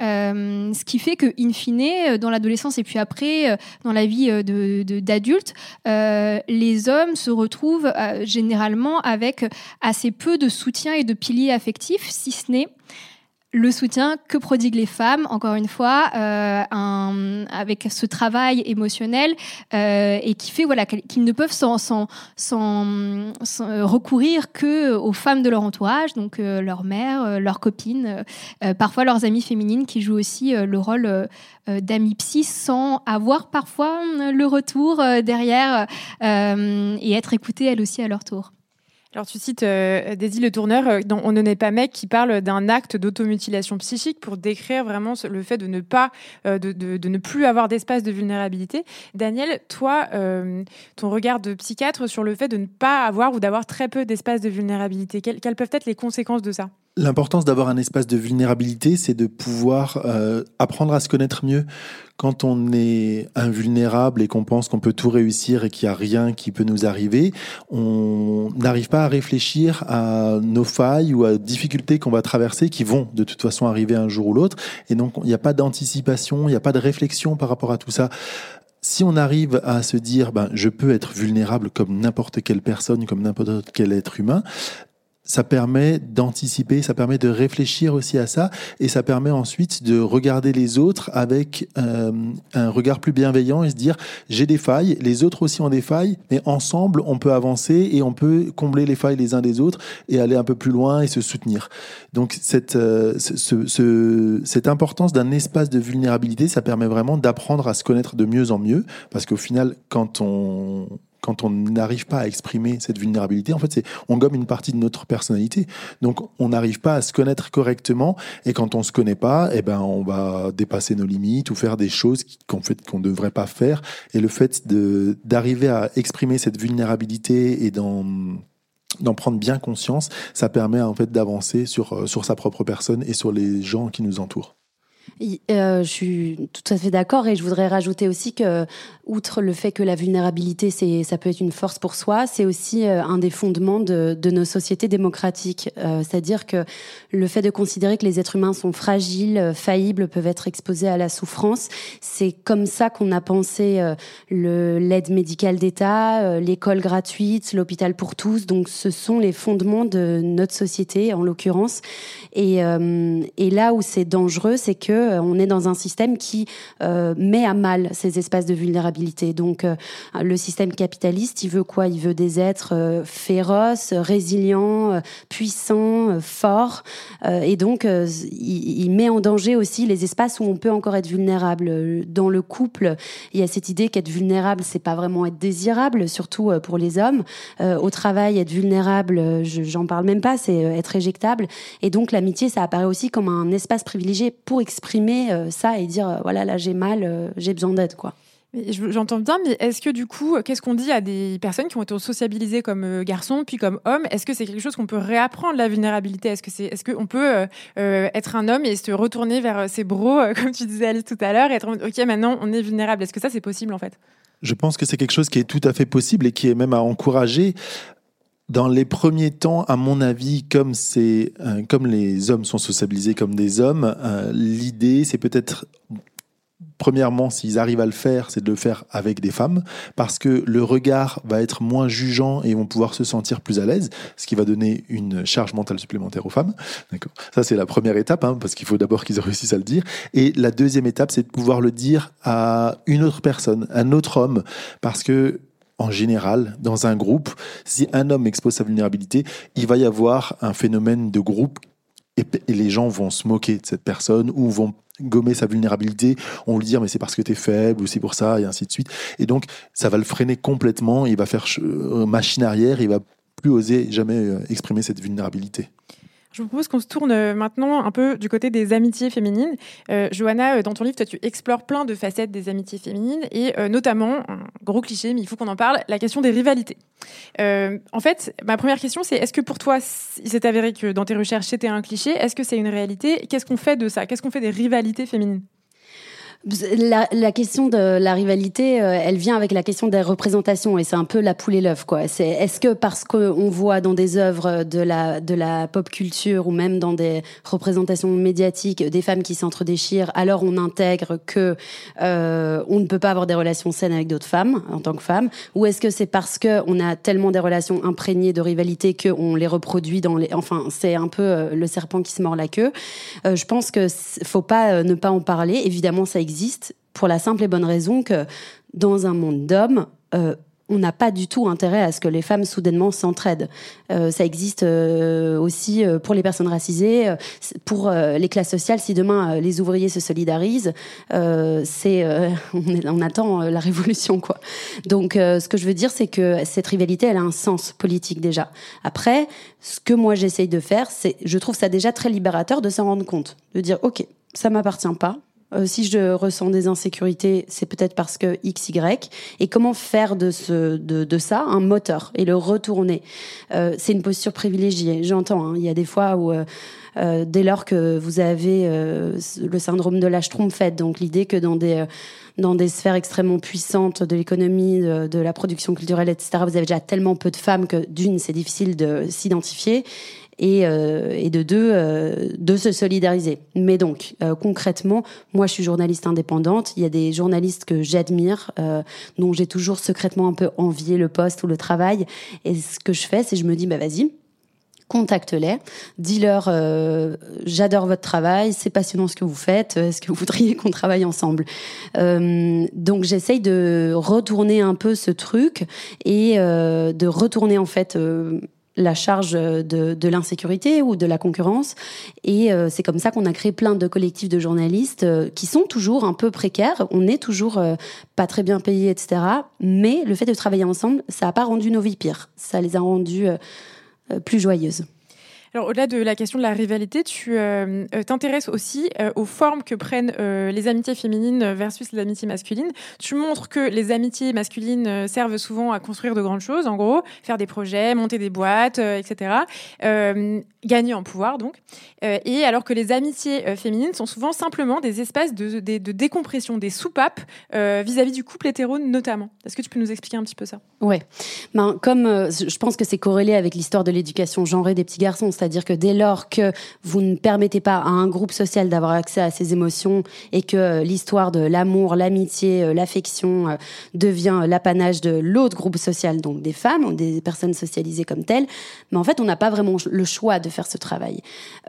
Euh, ce qui fait que, in fine, dans l'adolescence et puis après, dans la vie de, de, d'adulte, euh, les hommes se retrouvent euh, généralement avec assez peu de soutien et de piliers affectifs, si ce n'est le soutien que prodiguent les femmes, encore une fois, euh, un, avec ce travail émotionnel euh, et qui fait voilà, qu'ils ne peuvent s'en, s'en, s'en, s'en recourir qu'aux femmes de leur entourage, donc euh, leur mère, euh, leurs copines, euh, parfois leurs amies féminines qui jouent aussi euh, le rôle euh, d'amis psy sans avoir parfois le retour euh, derrière euh, et être écoutées elles aussi à leur tour. Alors tu cites euh, Daisy Le Tourneur euh, dans On ne naît pas mec qui parle d'un acte d'automutilation psychique pour décrire vraiment le fait de ne pas, euh, de, de, de ne plus avoir d'espace de vulnérabilité. Daniel, toi, euh, ton regard de psychiatre sur le fait de ne pas avoir ou d'avoir très peu d'espace de vulnérabilité, quelles, quelles peuvent être les conséquences de ça ? L'importance d'avoir un espace de vulnérabilité, c'est de pouvoir euh, apprendre à se connaître mieux. Quand on est invulnérable et qu'on pense qu'on peut tout réussir et qu'il n'y a rien qui peut nous arriver, on n'arrive pas à réfléchir à nos failles ou à difficultés qu'on va traverser qui vont de toute façon arriver un jour ou l'autre. Et donc, il n'y a pas d'anticipation, il n'y a pas de réflexion par rapport à tout ça. Si on arrive à se dire, ben, je peux être vulnérable comme n'importe quelle personne, comme n'importe quel être humain, ça permet d'anticiper, ça permet de réfléchir aussi à ça, et ça permet ensuite de regarder les autres avec euh, un regard plus bienveillant et se dire j'ai des failles, les autres aussi ont des failles, mais ensemble on peut avancer et on peut combler les failles les uns des autres et aller un peu plus loin et se soutenir. Donc cette, euh, ce, ce, cette importance d'un espace de vulnérabilité, ça permet vraiment d'apprendre à se connaître de mieux en mieux, parce qu'au final, quand on quand on n'arrive pas à exprimer cette vulnérabilité, en fait, c'est, on gomme une partie de notre personnalité. Donc, on n'arrive pas à se connaître correctement. Et quand on ne se connaît pas, eh ben, on va dépasser nos limites ou faire des choses qu'en fait, qu'on ne devrait pas faire. Et le fait de, d'arriver à exprimer cette vulnérabilité et d'en, d'en prendre bien conscience, ça permet en fait d'avancer sur, sur sa propre personne et sur les gens qui nous entourent. Euh, je suis tout à fait d'accord et je voudrais rajouter aussi que, outre le fait que la vulnérabilité, c'est, ça peut être une force pour soi, c'est aussi euh, un des fondements de, de nos sociétés démocratiques. Euh, c'est-à-dire que le fait de considérer que les êtres humains sont fragiles, faillibles, peuvent être exposés à la souffrance, c'est comme ça qu'on a pensé euh, le, l'aide médicale d'État, euh, l'école gratuite, l'hôpital pour tous. Donc ce sont les fondements de notre société, en l'occurrence. Et, euh, et là où c'est dangereux, c'est que on est dans un système qui euh, met à mal ces espaces de vulnérabilité. Donc, euh, le système capitaliste, il veut quoi ? Il veut des êtres euh, féroces, résilients, euh, puissants, euh, forts. Euh, et donc, euh, il, il met en danger aussi les espaces où on peut encore être vulnérable. Dans le couple, il y a cette idée qu'être vulnérable, c'est pas vraiment être désirable, surtout euh, pour les hommes. Euh, au travail, être vulnérable, je, j'en parle même pas, c'est euh, être éjectable. Et donc, l'amitié, ça apparaît aussi comme un espace privilégié pour exprimer euh, ça et dire euh, voilà, là j'ai mal, euh, j'ai besoin d'aide, quoi. Mais j'entends bien, mais est-ce que du coup, qu'est-ce qu'on dit à des personnes qui ont été sociabilisées comme euh, garçons puis comme hommes ? Est-ce que c'est quelque chose qu'on peut réapprendre, la vulnérabilité ? Est-ce que c'est, est-ce qu'on peut euh, euh, être un homme et se retourner vers ses bros, euh, comme tu disais Alice tout à l'heure, et être ok, maintenant on est vulnérable ? Est-ce que ça c'est possible en fait ? Je pense que c'est quelque chose qui est tout à fait possible et qui est même à encourager. Dans les premiers temps, à mon avis, comme c'est, euh, comme les hommes sont sociabilisés comme des hommes, euh, l'idée, c'est peut-être, premièrement, s'ils arrivent à le faire, c'est de le faire avec des femmes, parce que le regard va être moins jugeant et ils vont pouvoir se sentir plus à l'aise, ce qui va donner une charge mentale supplémentaire aux femmes. D'accord. Ça, c'est la première étape, hein, parce qu'il faut d'abord qu'ils réussissent à le dire. Et la deuxième étape, c'est de pouvoir le dire à une autre personne, un autre homme, parce que en général, dans un groupe, si un homme expose sa vulnérabilité, il va y avoir un phénomène de groupe et, et les gens vont se moquer de cette personne ou vont gommer sa vulnérabilité, on va lui dire mais c'est parce que t'es faible ou c'est pour ça et ainsi de suite. Et donc, ça va le freiner complètement, il va faire euh, machine arrière, il va plus oser jamais euh, exprimer cette vulnérabilité. Je vous propose qu'on se tourne maintenant un peu du côté des amitiés féminines. Euh, Johanna, dans ton livre, toi, tu explores plein de facettes des amitiés féminines et euh, notamment, un gros cliché, mais il faut qu'on en parle, la question des rivalités. Euh, en fait, ma première question, c'est est-ce que pour toi, il s'est avéré que dans tes recherches, c'était un cliché ? Est-ce que c'est une réalité ? Qu'est-ce qu'on fait de ça ? Qu'est-ce qu'on fait des rivalités féminines ? La, la question de la rivalité, euh, elle vient avec la question des représentations et c'est un peu la poule et l'œuf, quoi. C'est, est-ce que parce qu'on voit dans des œuvres de la, de la pop culture ou même dans des représentations médiatiques des femmes qui s'entre-déchirent, alors on intègre que euh, on ne peut pas avoir des relations saines avec d'autres femmes en tant que femme, ou est-ce que c'est parce que on a tellement des relations imprégnées de rivalité qu'on les reproduit dans les... Enfin, c'est un peu euh, le serpent qui se mord la queue. Euh, je pense que faut pas euh, ne pas en parler. Évidemment, ça existe. existe pour la simple et bonne raison que dans un monde d'hommes, euh, on n'a pas du tout intérêt à ce que les femmes soudainement s'entraident. Euh, ça existe euh, aussi euh, pour les personnes racisées, euh, pour euh, les classes sociales. Si demain euh, les ouvriers se solidarisent, euh, c'est euh, on, est, on attend euh, la révolution, quoi. Donc, euh, ce que je veux dire, c'est que cette rivalité, elle a un sens politique déjà. Après, ce que moi j'essaye de faire, c'est, je trouve ça déjà très libérateur de s'en rendre compte, de dire, ok, ça m'appartient pas. Euh, si je ressens des insécurités, c'est peut-être parce que X, Y. Et comment faire de, ce, de, de ça un moteur et le retourner. Euh, c'est une posture privilégiée, j'entends. Hein. Il y a des fois où, euh, euh, dès lors que vous avez euh, le syndrome de la Schtroumpfette, donc l'idée que dans des... Euh, dans des sphères extrêmement puissantes de l'économie, de, de la production culturelle, et cetera, vous avez déjà tellement peu de femmes que, d'une, c'est difficile de s'identifier, et, euh, et de deux, euh, de se solidariser. Mais donc, euh, concrètement, moi, je suis journaliste indépendante. Il y a des journalistes que j'admire, euh, dont j'ai toujours secrètement un peu envié le poste ou le travail. Et ce que je fais, c'est que je me dis, bah vas-y, contacte-les, dis-leur euh, j'adore votre travail, c'est passionnant ce que vous faites, est-ce que vous voudriez qu'on travaille ensemble? euh, Donc j'essaye de retourner un peu ce truc et euh, de retourner en fait euh, la charge de, de l'insécurité ou de la concurrence. Et euh, c'est comme ça qu'on a créé plein de collectifs de journalistes euh, qui sont toujours un peu précaires. On est toujours euh, pas très bien payés, et cetera. Mais le fait de travailler ensemble, ça n'a pas rendu nos vies pires. Ça les a rendues euh, euh, plus joyeuses. Alors, au-delà de la question de la rivalité, tu euh, t'intéresses aussi euh, aux formes que prennent euh, les amitiés féminines versus les amitiés masculines. Tu montres que les amitiés masculines euh, servent souvent à construire de grandes choses, en gros, faire des projets, monter des boîtes, euh, et cetera. Euh, gagner en pouvoir, donc. Euh, et alors que les amitiés euh, féminines sont souvent simplement des espaces de, de, de décompression, des soupapes euh, vis-à-vis du couple hétéro notamment. Est-ce que tu peux nous expliquer un petit peu ça ? Ouais. Ben, comme euh, je pense que c'est corrélé avec l'histoire de l'éducation genrée des petits garçons, c'est-à-dire que dès lors que vous ne permettez pas à un groupe social d'avoir accès à ses émotions et que euh, l'histoire de l'amour, l'amitié, euh, l'affection euh, devient l'apanage de l'autre groupe social, donc des femmes ou des personnes socialisées comme telles, mais en fait, on n'a pas vraiment le choix de faire ce travail.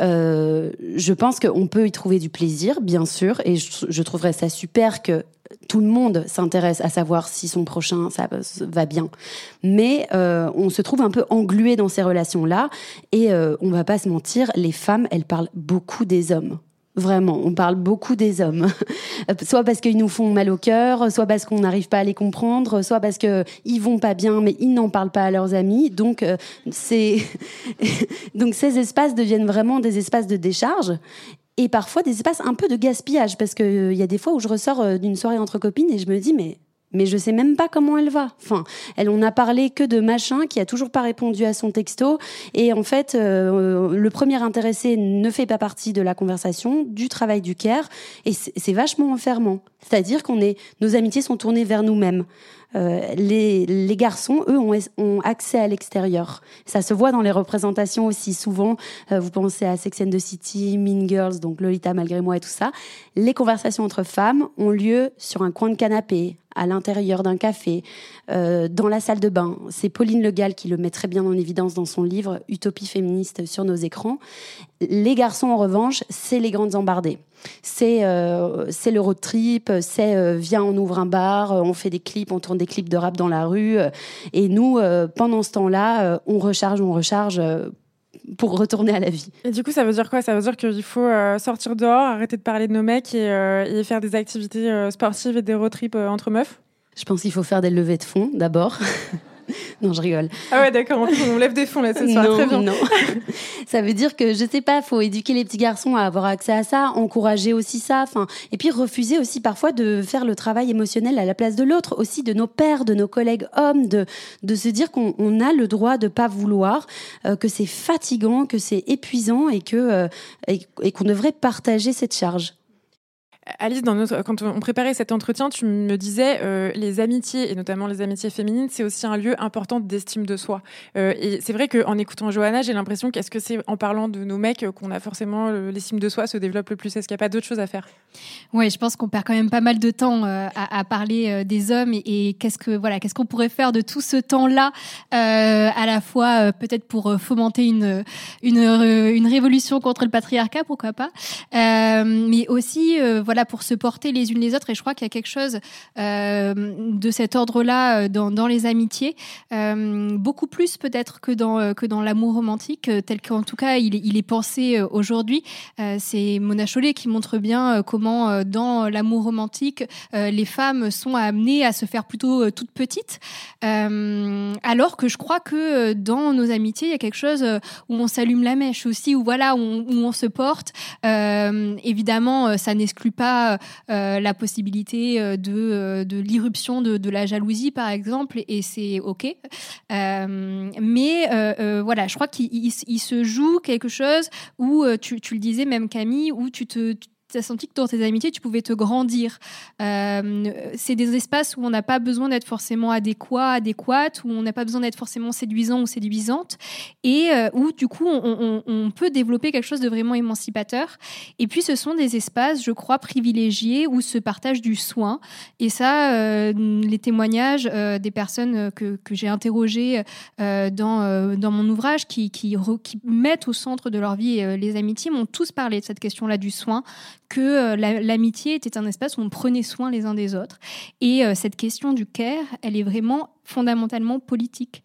Euh, je pense qu'on peut y trouver du plaisir, bien sûr, et je, je trouverais ça super que tout le monde s'intéresse à savoir si son prochain ça va bien. Mais euh, on se trouve un peu englué dans ces relations-là et euh, on va pas se mentir, les femmes, elles parlent beaucoup des hommes. Vraiment, on parle beaucoup des hommes. Soit parce qu'ils nous font mal au cœur, soit parce qu'on n'arrive pas à les comprendre, soit parce qu'ils vont pas bien, mais ils n'en parlent pas à leurs amis. Donc, euh, c'est... Donc ces espaces deviennent vraiment des espaces de décharge. Et parfois des espaces un peu de gaspillage, parce qu'il euh, y a des fois où je ressors euh, d'une soirée entre copines et je me dis, mais, mais je sais même pas comment elle va. Enfin, elle, on a parlé que de machin qui a toujours pas répondu à son texto. Et en fait, euh, le premier intéressé ne fait pas partie de la conversation, du travail du care. Et c'est, c'est vachement enfermant. C'est-à-dire qu'on est, nos amitiés sont tournées vers nous-mêmes. Euh, les, les garçons, eux, ont, ont accès à l'extérieur. Ça se voit dans les représentations aussi. Souvent, euh, vous pensez à Sex and the City, Mean Girls, donc Lolita malgré moi et tout ça. Les conversations entre femmes ont lieu sur un coin de canapé, à l'intérieur d'un café, euh, dans la salle de bain. C'est Pauline Le Gall qui le met très bien en évidence dans son livre « Utopie féministe sur nos écrans ». Les garçons, en revanche, c'est les grandes embardées. C'est, euh, c'est le road trip, c'est euh, viens, on ouvre un bar, on fait des clips, on tourne des clips de rap dans la rue. Euh, et nous, euh, pendant ce temps-là, euh, on recharge, on recharge euh, pour retourner à la vie. Et du coup, ça veut dire quoi ? Ça veut dire qu'il faut euh, sortir dehors, arrêter de parler de nos mecs et, euh, et faire des activités euh, sportives et des road trips euh, entre meufs ? Je pense qu'il faut faire des levées de fonds, d'abord. Non, je rigole. Ah ouais, d'accord. En plus, on lève des fonds là ce soir. Non, très bien. Non. Ça veut dire que, je sais pas, faut éduquer les petits garçons à avoir accès à ça, encourager aussi ça, enfin, et puis refuser aussi parfois de faire le travail émotionnel à la place de l'autre, aussi de nos pères, de nos collègues hommes, de, de se dire qu'on on a le droit de pas vouloir, euh, que c'est fatigant, que c'est épuisant et que, euh, et, et qu'on devrait partager cette charge. Alice, dans notre, quand on préparait cet entretien, tu me disais euh, les amitiés, et notamment les amitiés féminines, c'est aussi un lieu important d'estime de soi. Euh, et c'est vrai qu'en écoutant Johanna, j'ai l'impression qu'est-ce que c'est en parlant de nos mecs qu'on a forcément l'estime de soi se développe le plus. Est-ce qu'il n'y a pas d'autre chose à faire ? Oui, je pense qu'on perd quand même pas mal de temps euh, à, à parler euh, des hommes et, et qu'est-ce que voilà, qu'est-ce qu'on pourrait faire de tout ce temps-là, euh, à la fois euh, peut-être pour euh, fomenter une une euh, une révolution contre le patriarcat, pourquoi pas, euh, mais aussi euh, voilà pour se porter les unes les autres. Et je crois qu'il y a quelque chose euh, de cet ordre-là dans, dans les amitiés, euh, beaucoup plus peut-être que dans, euh, que dans l'amour romantique, euh, tel qu'en tout cas il, il est pensé euh, aujourd'hui. Euh, c'est Mona Chollet qui montre bien euh, comment euh, dans l'amour romantique, euh, les femmes sont amenées à se faire plutôt euh, toutes petites, euh, alors que je crois que euh, dans nos amitiés, il y a quelque chose euh, où on s'allume la mèche aussi, où, voilà, où, on, où on se porte. Euh, évidemment, ça n'exclut pas Euh, la possibilité euh, de, euh, de l'irruption de, de la jalousie, par exemple, et c'est OK. Euh, mais euh, euh, voilà, je crois qu'il il, il se joue quelque chose où, euh, tu, tu le disais même Camille, où tu te... Tu tu as senti que dans tes amitiés, tu pouvais te grandir. Euh, c'est des espaces où on n'a pas besoin d'être forcément adéquat, adéquate, où on n'a pas besoin d'être forcément séduisant ou séduisante, et euh, où, du coup, on, on, on peut développer quelque chose de vraiment émancipateur. Et puis, ce sont des espaces, je crois, privilégiés, où se partage du soin. Et ça, euh, les témoignages euh, des personnes que, que j'ai interrogées euh, dans, euh, dans mon ouvrage, qui, qui, re, qui mettent au centre de leur vie euh, les amitiés, m'ont tous parlé de cette question-là du soin, que euh, la, l'amitié était un espace où on prenait soin les uns des autres. Et euh, cette question du care, elle est vraiment fondamentalement politique.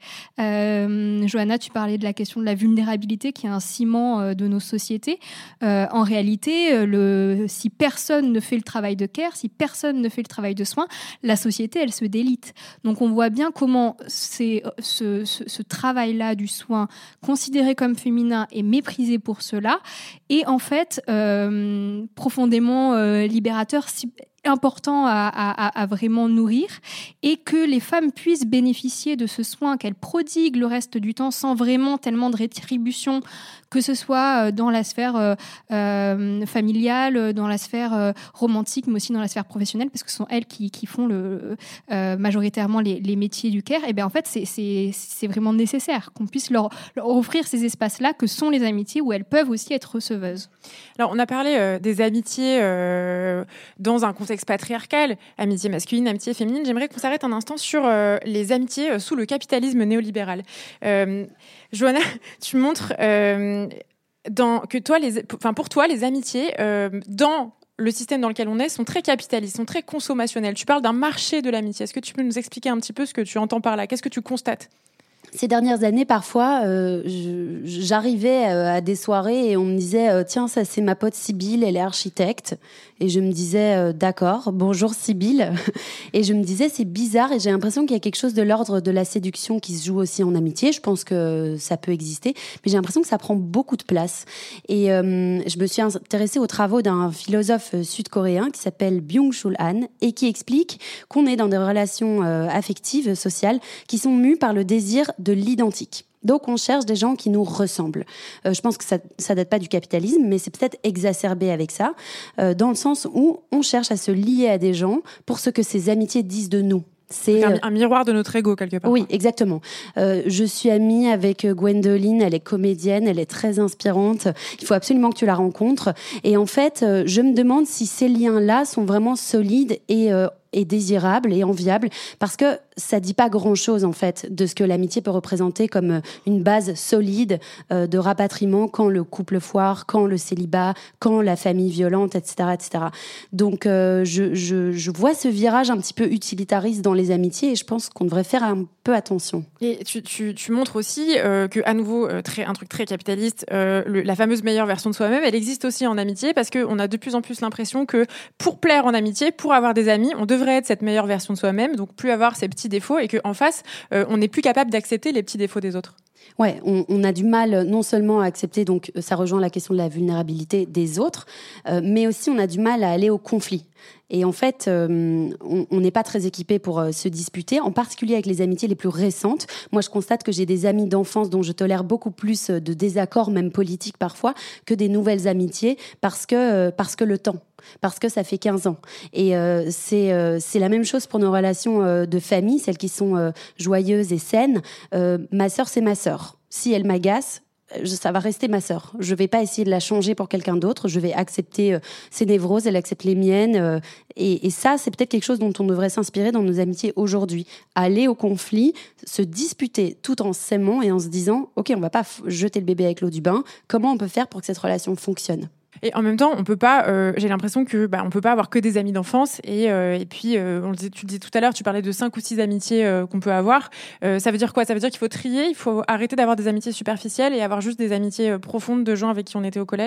Euh, Johanna, tu parlais de la question de la vulnérabilité qui est un ciment euh, de nos sociétés. Euh, en réalité, le, si personne ne fait le travail de care, si personne ne fait le travail de soin, la société, elle se délite. Donc on voit bien comment c'est, ce, ce, ce travail-là du soin, considéré comme féminin, est méprisé pour cela, et en fait, euh, profondément euh, libérateur, si, important à, à, à vraiment nourrir, et que les femmes puissent bénéficier de ce soin qu'elles prodiguent le reste du temps sans vraiment tellement de rétribution, que ce soit dans la sphère euh, euh, familiale, dans la sphère euh, romantique, mais aussi dans la sphère professionnelle, parce que ce sont elles qui, qui font le, euh, majoritairement les, les métiers du care. Et bien en fait, c'est, c'est, c'est vraiment nécessaire qu'on puisse leur, leur offrir ces espaces-là que sont les amitiés, où elles peuvent aussi être receveuses. Alors, on a parlé euh, des amitiés euh, dans un contexte patriarcal, amitié masculine, amitié féminine. J'aimerais qu'on s'arrête un instant sur euh, les amitiés euh, sous le capitalisme néolibéral. Euh, Johanna, tu montres euh, dans, que toi, les, enfin, pour toi, les amitiés euh, dans le système dans lequel on est sont très capitalistes, sont très consommationnelles. Tu parles d'un marché de l'amitié. Est-ce que tu peux nous expliquer un petit peu ce que tu entends par là ? Qu'est-ce que tu constates ? Ces dernières années, parfois, euh, je, j'arrivais à des soirées et on me disait euh, « Tiens, ça c'est ma pote Sybille, elle est architecte ». Et je me disais euh, « D'accord, bonjour Sybille ». Et je me disais « C'est bizarre » et j'ai l'impression qu'il y a quelque chose de l'ordre de la séduction qui se joue aussi en amitié. Je pense que ça peut exister, mais j'ai l'impression que ça prend beaucoup de place. Et euh, je me suis intéressée aux travaux d'un philosophe sud-coréen qui s'appelle Byung-Chul Han et qui explique qu'on est dans des relations euh, affectives, sociales, qui sont mues par le désir de l'identique. Donc, on cherche des gens qui nous ressemblent. Euh, je pense que ça, ça date pas du capitalisme, mais c'est peut-être exacerbé avec ça, euh, dans le sens où on cherche à se lier à des gens pour ce que ces amitiés disent de nous. C'est un, un miroir de notre ego, quelque part. Oui, exactement. Euh, je suis amie avec Gwendoline, elle est comédienne, elle est très inspirante. Il faut absolument que tu la rencontres. Et en fait, euh, je me demande si ces liens-là sont vraiment solides et euh, et désirable et enviable, parce que ça dit pas grand-chose en fait de ce que l'amitié peut représenter comme une base solide euh, de rapatriement quand le couple foire, quand le célibat, quand la famille violente, et cetera, et cetera. Donc euh, je, je, je vois ce virage un petit peu utilitariste dans les amitiés et je pense qu'on devrait faire un peu attention. Et tu, tu, tu montres aussi euh, que à nouveau euh, très, un truc très capitaliste, euh, le, la fameuse meilleure version de soi-même, elle existe aussi en amitié, parce qu'on a de plus en plus l'impression que pour plaire en amitié, pour avoir des amis, on devrait être cette meilleure version de soi-même, donc plus avoir ses petits défauts, et qu'en face, euh, on n'est plus capable d'accepter les petits défauts des autres. Ouais, on, on a du mal non seulement à accepter, donc ça rejoint la question de la vulnérabilité des autres, euh, mais aussi on a du mal à aller au conflit. Et en fait, euh, on n'est pas très équipé pour euh, se disputer, en particulier avec les amitiés les plus récentes. Moi, je constate que j'ai des amis d'enfance dont je tolère beaucoup plus de désaccords, même politiques parfois, que des nouvelles amitiés, parce que, euh, parce que le temps. Parce que ça fait quinze ans. Et euh, c'est, euh, c'est la même chose pour nos relations euh, de famille, celles qui sont euh, joyeuses et saines. Euh, ma sœur, c'est ma sœur. Si elle m'agace, ça va rester ma sœur. Je vais pas essayer de la changer pour quelqu'un d'autre. Je vais accepter euh, ses névroses, elle accepte les miennes. Euh, et, et ça, c'est peut-être quelque chose dont on devrait s'inspirer dans nos amitiés aujourd'hui. Aller au conflit, se disputer tout en s'aimant et en se disant « Ok, on va pas f- jeter le bébé avec l'eau du bain. Comment on peut faire pour que cette relation fonctionne ?» Et en même temps, on peut pas. Euh, j'ai l'impression que bah, on peut pas avoir que des amis d'enfance. Et, euh, et puis, euh, on le disait, tu le disais tout à l'heure, tu parlais de cinq ou six amitiés euh, qu'on peut avoir. Euh, ça veut dire quoi ? Ça veut dire qu'il faut trier, il faut arrêter d'avoir des amitiés superficielles et avoir juste des amitiés euh, profondes de gens avec qui on était au collège ?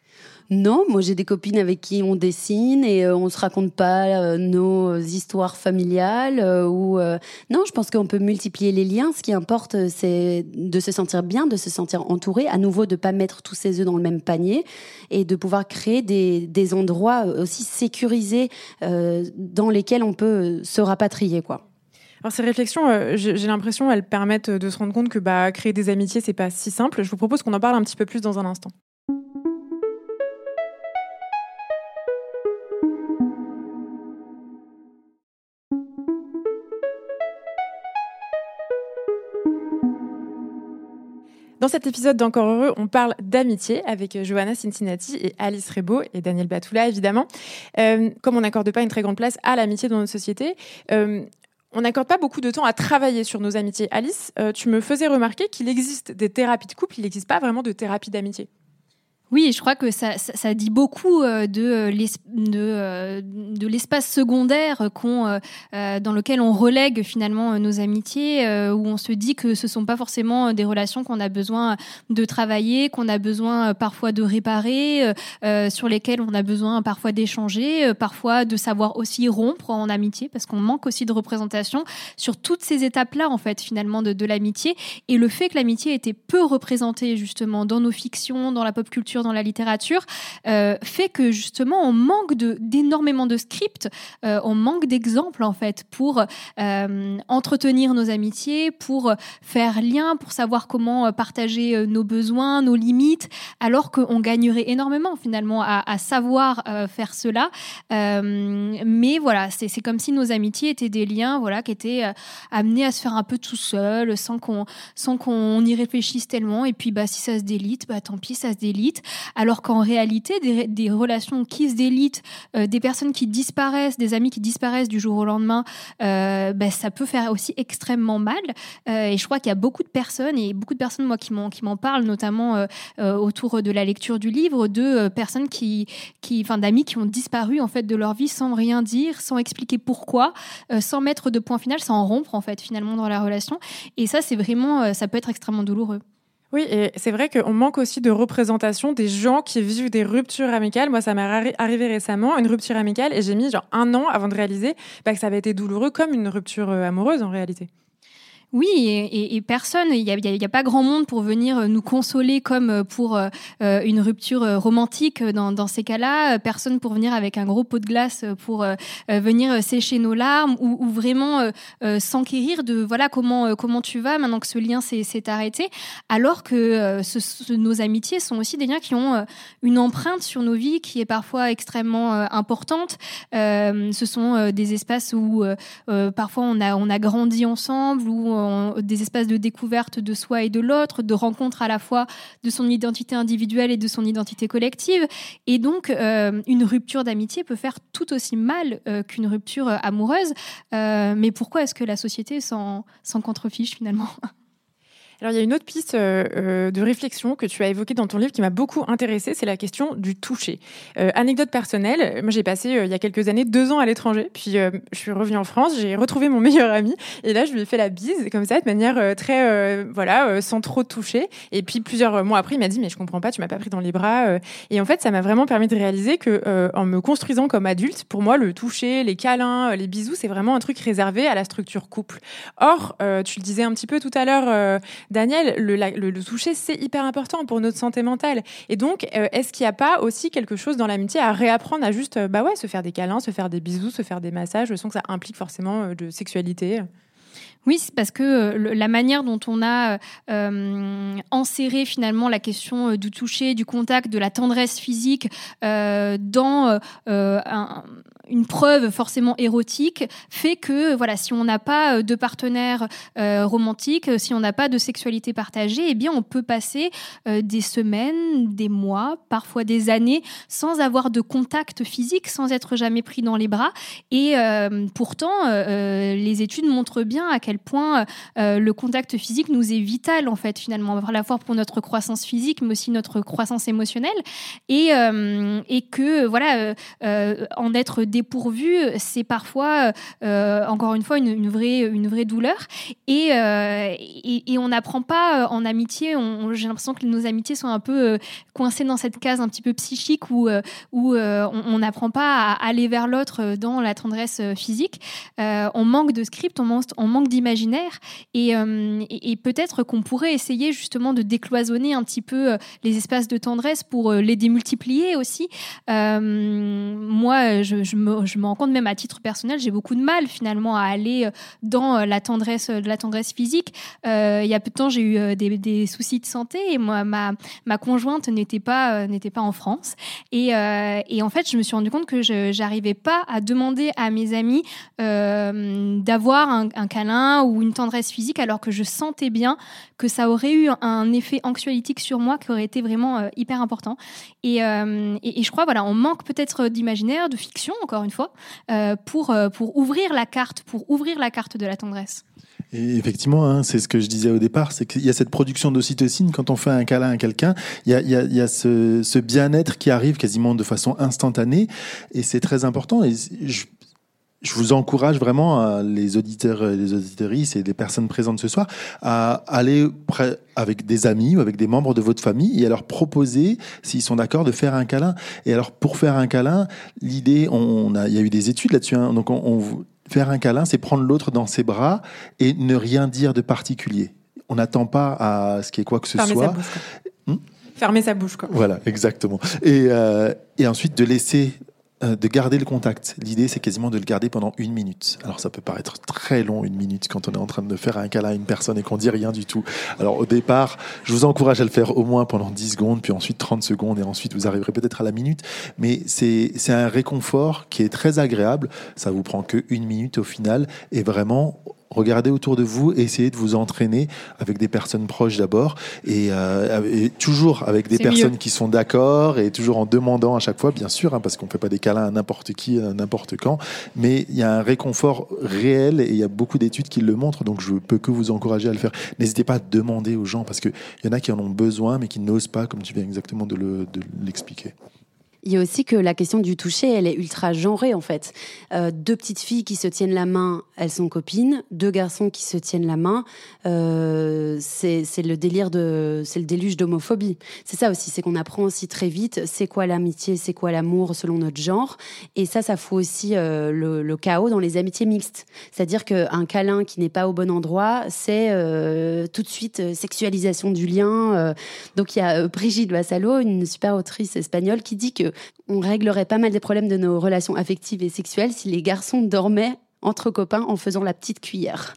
Non, moi j'ai des copines avec qui on dessine et euh, on se raconte pas euh, nos histoires familiales euh, ou euh... non, je pense qu'on peut multiplier les liens. Ce qui importe, c'est de se sentir bien, de se sentir entouré, à nouveau de pas mettre tous ses œufs dans le même panier et de pouvoir créer des des endroits aussi sécurisés euh, dans lesquels on peut se rapatrier, quoi. Alors ces réflexions, euh, j'ai, j'ai l'impression, elles permettent de se rendre compte que bah créer des amitiés, c'est pas si simple. Je vous propose qu'on en parle un petit peu plus dans un instant. Dans cet épisode d'Encore Heureux, on parle d'amitié avec Johanna Cincinnati et Alice Rebaud et Daniel Batoula, évidemment. Euh, comme on n'accorde pas une très grande place à l'amitié dans notre société, euh, on n'accorde pas beaucoup de temps à travailler sur nos amitiés. Alice, euh, tu me faisais remarquer qu'il existe des thérapies de couple, il n'existe pas vraiment de thérapie d'amitié. Oui, je crois que ça, ça, ça dit beaucoup euh, de, l'es- de, euh, de l'espace secondaire qu'on, euh, dans lequel on relègue finalement euh, nos amitiés, euh, où on se dit que ce ne sont pas forcément des relations qu'on a besoin de travailler, qu'on a besoin euh, parfois de réparer, euh, sur lesquelles on a besoin parfois d'échanger, euh, parfois de savoir aussi rompre en amitié, parce qu'on manque aussi de représentation sur toutes ces étapes-là, en fait, finalement, de, de l'amitié. Et le fait que l'amitié était peu représentée, justement, dans nos fictions, dans la pop culture, dans la littérature, euh, fait que justement on manque de, d'énormément de scripts, euh, on manque d'exemples en fait pour euh, entretenir nos amitiés, pour faire lien, pour savoir comment partager nos besoins, nos limites, alors qu'on gagnerait énormément finalement à, à savoir euh, faire cela. Euh, mais voilà, c'est, c'est comme si nos amitiés étaient des liens voilà, qui étaient euh, amenés à se faire un peu tout seul, sans qu'on, sans qu'on y réfléchisse tellement. Et puis bah, si ça se délite, bah, tant pis, ça se délite. Alors qu'en réalité, des, des relations qui se délitent, euh, des personnes qui disparaissent, des amis qui disparaissent du jour au lendemain, euh, bah, ça peut faire aussi extrêmement mal. Euh, et je crois qu'il y a beaucoup de personnes, et beaucoup de personnes moi, qui, m'en, qui m'en parlent, notamment euh, euh, autour de la lecture du livre, de euh, personnes qui, qui, enfin, d'amis qui ont disparu en fait, de leur vie sans rien dire, sans expliquer pourquoi, euh, sans mettre de point final, sans rompre en fait, finalement dans la relation. Et ça, c'est vraiment, euh, ça peut être extrêmement douloureux. Oui, et c'est vrai qu'on manque aussi de représentation des gens qui vivent des ruptures amicales. Moi, ça m'est arri- arrivé récemment, une rupture amicale, et j'ai mis genre un an avant de réaliser bah, que ça avait été douloureux comme une rupture euh, amoureuse en réalité. Oui, et, et, et personne, il n'y a, y a, a pas grand monde pour venir nous consoler comme pour euh, une rupture romantique dans, dans ces cas-là. Personne pour venir avec un gros pot de glace pour euh, venir sécher nos larmes ou, ou vraiment euh, s'enquérir de voilà comment, euh, comment tu vas maintenant que ce lien s'est, s'est arrêté. Alors que euh, ce, ce, nos amitiés sont aussi des liens qui ont euh, une empreinte sur nos vies qui est parfois extrêmement euh, importante. Euh, ce sont euh, des espaces où euh, euh, parfois on a, on a grandi ensemble, où des espaces de découverte de soi et de l'autre, de rencontre à la fois de son identité individuelle et de son identité collective. Et donc, euh, une rupture d'amitié peut faire tout aussi mal euh, qu'une rupture amoureuse. Euh, mais pourquoi est-ce que la société s'en, s'en contrefiche finalement ? Alors, il y a une autre piste euh, de réflexion que tu as évoquée dans ton livre qui m'a beaucoup intéressée, c'est la question du toucher. Euh, anecdote personnelle, moi j'ai passé euh, il y a quelques années deux ans à l'étranger, puis euh, je suis revenue en France, j'ai retrouvé mon meilleur ami, et là je lui ai fait la bise, comme ça, de manière euh, très, euh, voilà, euh, sans trop toucher. Et puis plusieurs mois après, il m'a dit, mais je comprends pas, tu m'as pas pris dans les bras. Euh. Et en fait, ça m'a vraiment permis de réaliser que, euh, en me construisant comme adulte, pour moi, le toucher, les câlins, les bisous, c'est vraiment un truc réservé à la structure couple. Or, euh, tu le disais un petit peu tout à l'heure, euh, Daniel, le, le, le toucher, c'est hyper important pour notre santé mentale. Et donc, euh, est-ce qu'il n'y a pas aussi quelque chose dans l'amitié à réapprendre à juste euh, bah ouais, se faire des câlins, se faire des bisous, se faire des massages, sans que ça implique forcément euh, de sexualité ? Oui, c'est parce que euh, la manière dont on a euh, enserré finalement la question du toucher, du contact, de la tendresse physique euh, dans euh, un, une preuve forcément érotique fait que voilà, si on n'a pas de partenaire euh, romantique, si on n'a pas de sexualité partagée, eh bien on peut passer euh, des semaines, des mois, parfois des années sans avoir de contact physique, sans être jamais pris dans les bras. Et euh, pourtant, euh, les études montrent bien à quel point euh, le contact physique nous est vital en fait finalement, à la fois pour notre croissance physique mais aussi notre croissance émotionnelle, et, euh, et que voilà euh, euh, en être dépourvu c'est parfois euh, encore une fois une, une, vraie, une vraie douleur, et, euh, et, et on n'apprend pas en amitié, on, j'ai l'impression que nos amitiés sont un peu euh, coincées dans cette case un petit peu psychique où, euh, où euh, on n'apprend pas à aller vers l'autre dans la tendresse physique. Euh, on manque de script, on manque, on manque d'imaginaire, et, euh, et, et peut-être qu'on pourrait essayer justement de décloisonner un petit peu les espaces de tendresse pour les démultiplier aussi. Euh, moi, je, je, me, je me rends compte même à titre personnel, j'ai beaucoup de mal finalement à aller dans la tendresse, la tendresse physique. Euh, il y a peu de temps, j'ai eu des, des soucis de santé et moi, ma, ma conjointe n'était pas, n'était pas en France. Et, euh, et en fait, je me suis rendu compte que je n'arrivais pas à demander à mes amis euh, d'avoir un, un câlin ou une tendresse physique, alors que je sentais bien que ça aurait eu un effet anxiolytique sur moi qui aurait été vraiment euh, hyper important. Et, euh, et, et je crois, voilà, on manque peut-être d'imaginaire, de fiction, encore une fois, euh, pour, euh, pour ouvrir la carte, pour ouvrir la carte de la tendresse. Et effectivement, hein, c'est ce que je disais au départ, c'est qu'il y a cette production d'ocytocine quand on fait un câlin à quelqu'un, il y a, il y a, il y a ce, ce bien-être qui arrive quasiment de façon instantanée, et c'est très important. Et je, je vous encourage vraiment, à les auditeurs, les auditrices et les personnes présentes ce soir, à aller près, avec des amis ou avec des membres de votre famille et à leur proposer, s'ils sont d'accord, de faire un câlin. Et alors, pour faire un câlin, l'idée, on a, il y a eu des études là-dessus, hein, donc on, on faire un câlin, c'est prendre l'autre dans ses bras et ne rien dire de particulier. On n'attend pas à ce qu'il y ait quoi que ce Fermer soit. Sa bouche, quoi. Hmm Fermer sa bouche, quoi. Voilà, exactement. Et, euh, et ensuite, de laisser, euh, de garder le contact. L'idée, c'est quasiment de le garder pendant une minute. Alors, ça peut paraître très long, une minute, quand on est en train de faire un câlin à une personne et qu'on dit rien du tout. Alors, au départ, je vous encourage à le faire au moins pendant dix secondes, puis ensuite trente secondes, et ensuite vous arriverez peut-être à la minute. Mais c'est, c'est un réconfort qui est très agréable. Ça vous prend que une minute au final, et vraiment, regardez autour de vous et essayez de vous entraîner avec des personnes proches d'abord, et, euh, et toujours avec des C'est personnes mieux. qui sont d'accord, et toujours en demandant à chaque fois, bien sûr, hein, parce qu'on ne fait pas des câlins à n'importe qui, à n'importe quand, mais il y a un réconfort réel et il y a beaucoup d'études qui le montrent, donc je ne peux que vous encourager à le faire. N'hésitez pas à demander aux gens, parce qu'il y en a qui en ont besoin mais qui n'osent pas, comme tu viens exactement de, le, de l'expliquer. Il y a aussi que la question du toucher, elle est ultra genrée en fait. Euh, deux petites filles qui se tiennent la main, elles sont copines. Deux garçons qui se tiennent la main, euh, c'est, c'est le délire de, c'est le déluge d'homophobie. C'est ça aussi, c'est qu'on apprend aussi très vite c'est quoi l'amitié, c'est quoi l'amour selon notre genre. Et ça, ça fout aussi euh, le, le chaos dans les amitiés mixtes. C'est-à-dire qu'un câlin qui n'est pas au bon endroit, c'est euh, tout de suite euh, sexualisation du lien. Euh. Donc il y a euh, Brigitte Vassalo, une super autrice espagnole, qui dit que on réglerait pas mal des problèmes de nos relations affectives et sexuelles si les garçons dormaient entre copains en faisant la petite cuillère.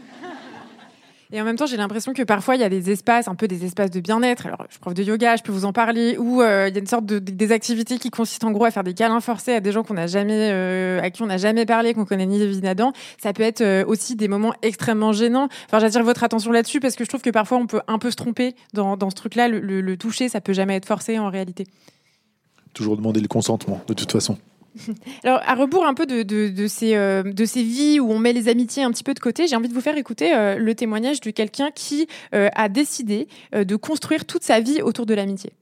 Et en même temps, j'ai l'impression que parfois, il y a des espaces, un peu des espaces de bien-être. Alors, je suis prof de yoga, je peux vous en parler, où euh, il y a une sorte de, des activités qui consistent en gros à faire des câlins forcés à des gens qu'on n'a jamais, euh, à qui on n'a jamais parlé, qu'on connaît ni Lévi ni Adam. Ça peut être euh, aussi des moments extrêmement gênants. Enfin, j'attire votre attention là-dessus parce que je trouve que parfois, on peut un peu se tromper dans, dans ce truc-là. Le, le, le toucher, ça peut jamais être forcé en réalité. Toujours demander le consentement, de toute façon. Alors, à rebours un peu de, de, de, ces, euh, de ces vies où on met les amitiés un petit peu de côté, j'ai envie de vous faire écouter euh, le témoignage de quelqu'un qui euh, a décidé euh, de construire toute sa vie autour de l'amitié.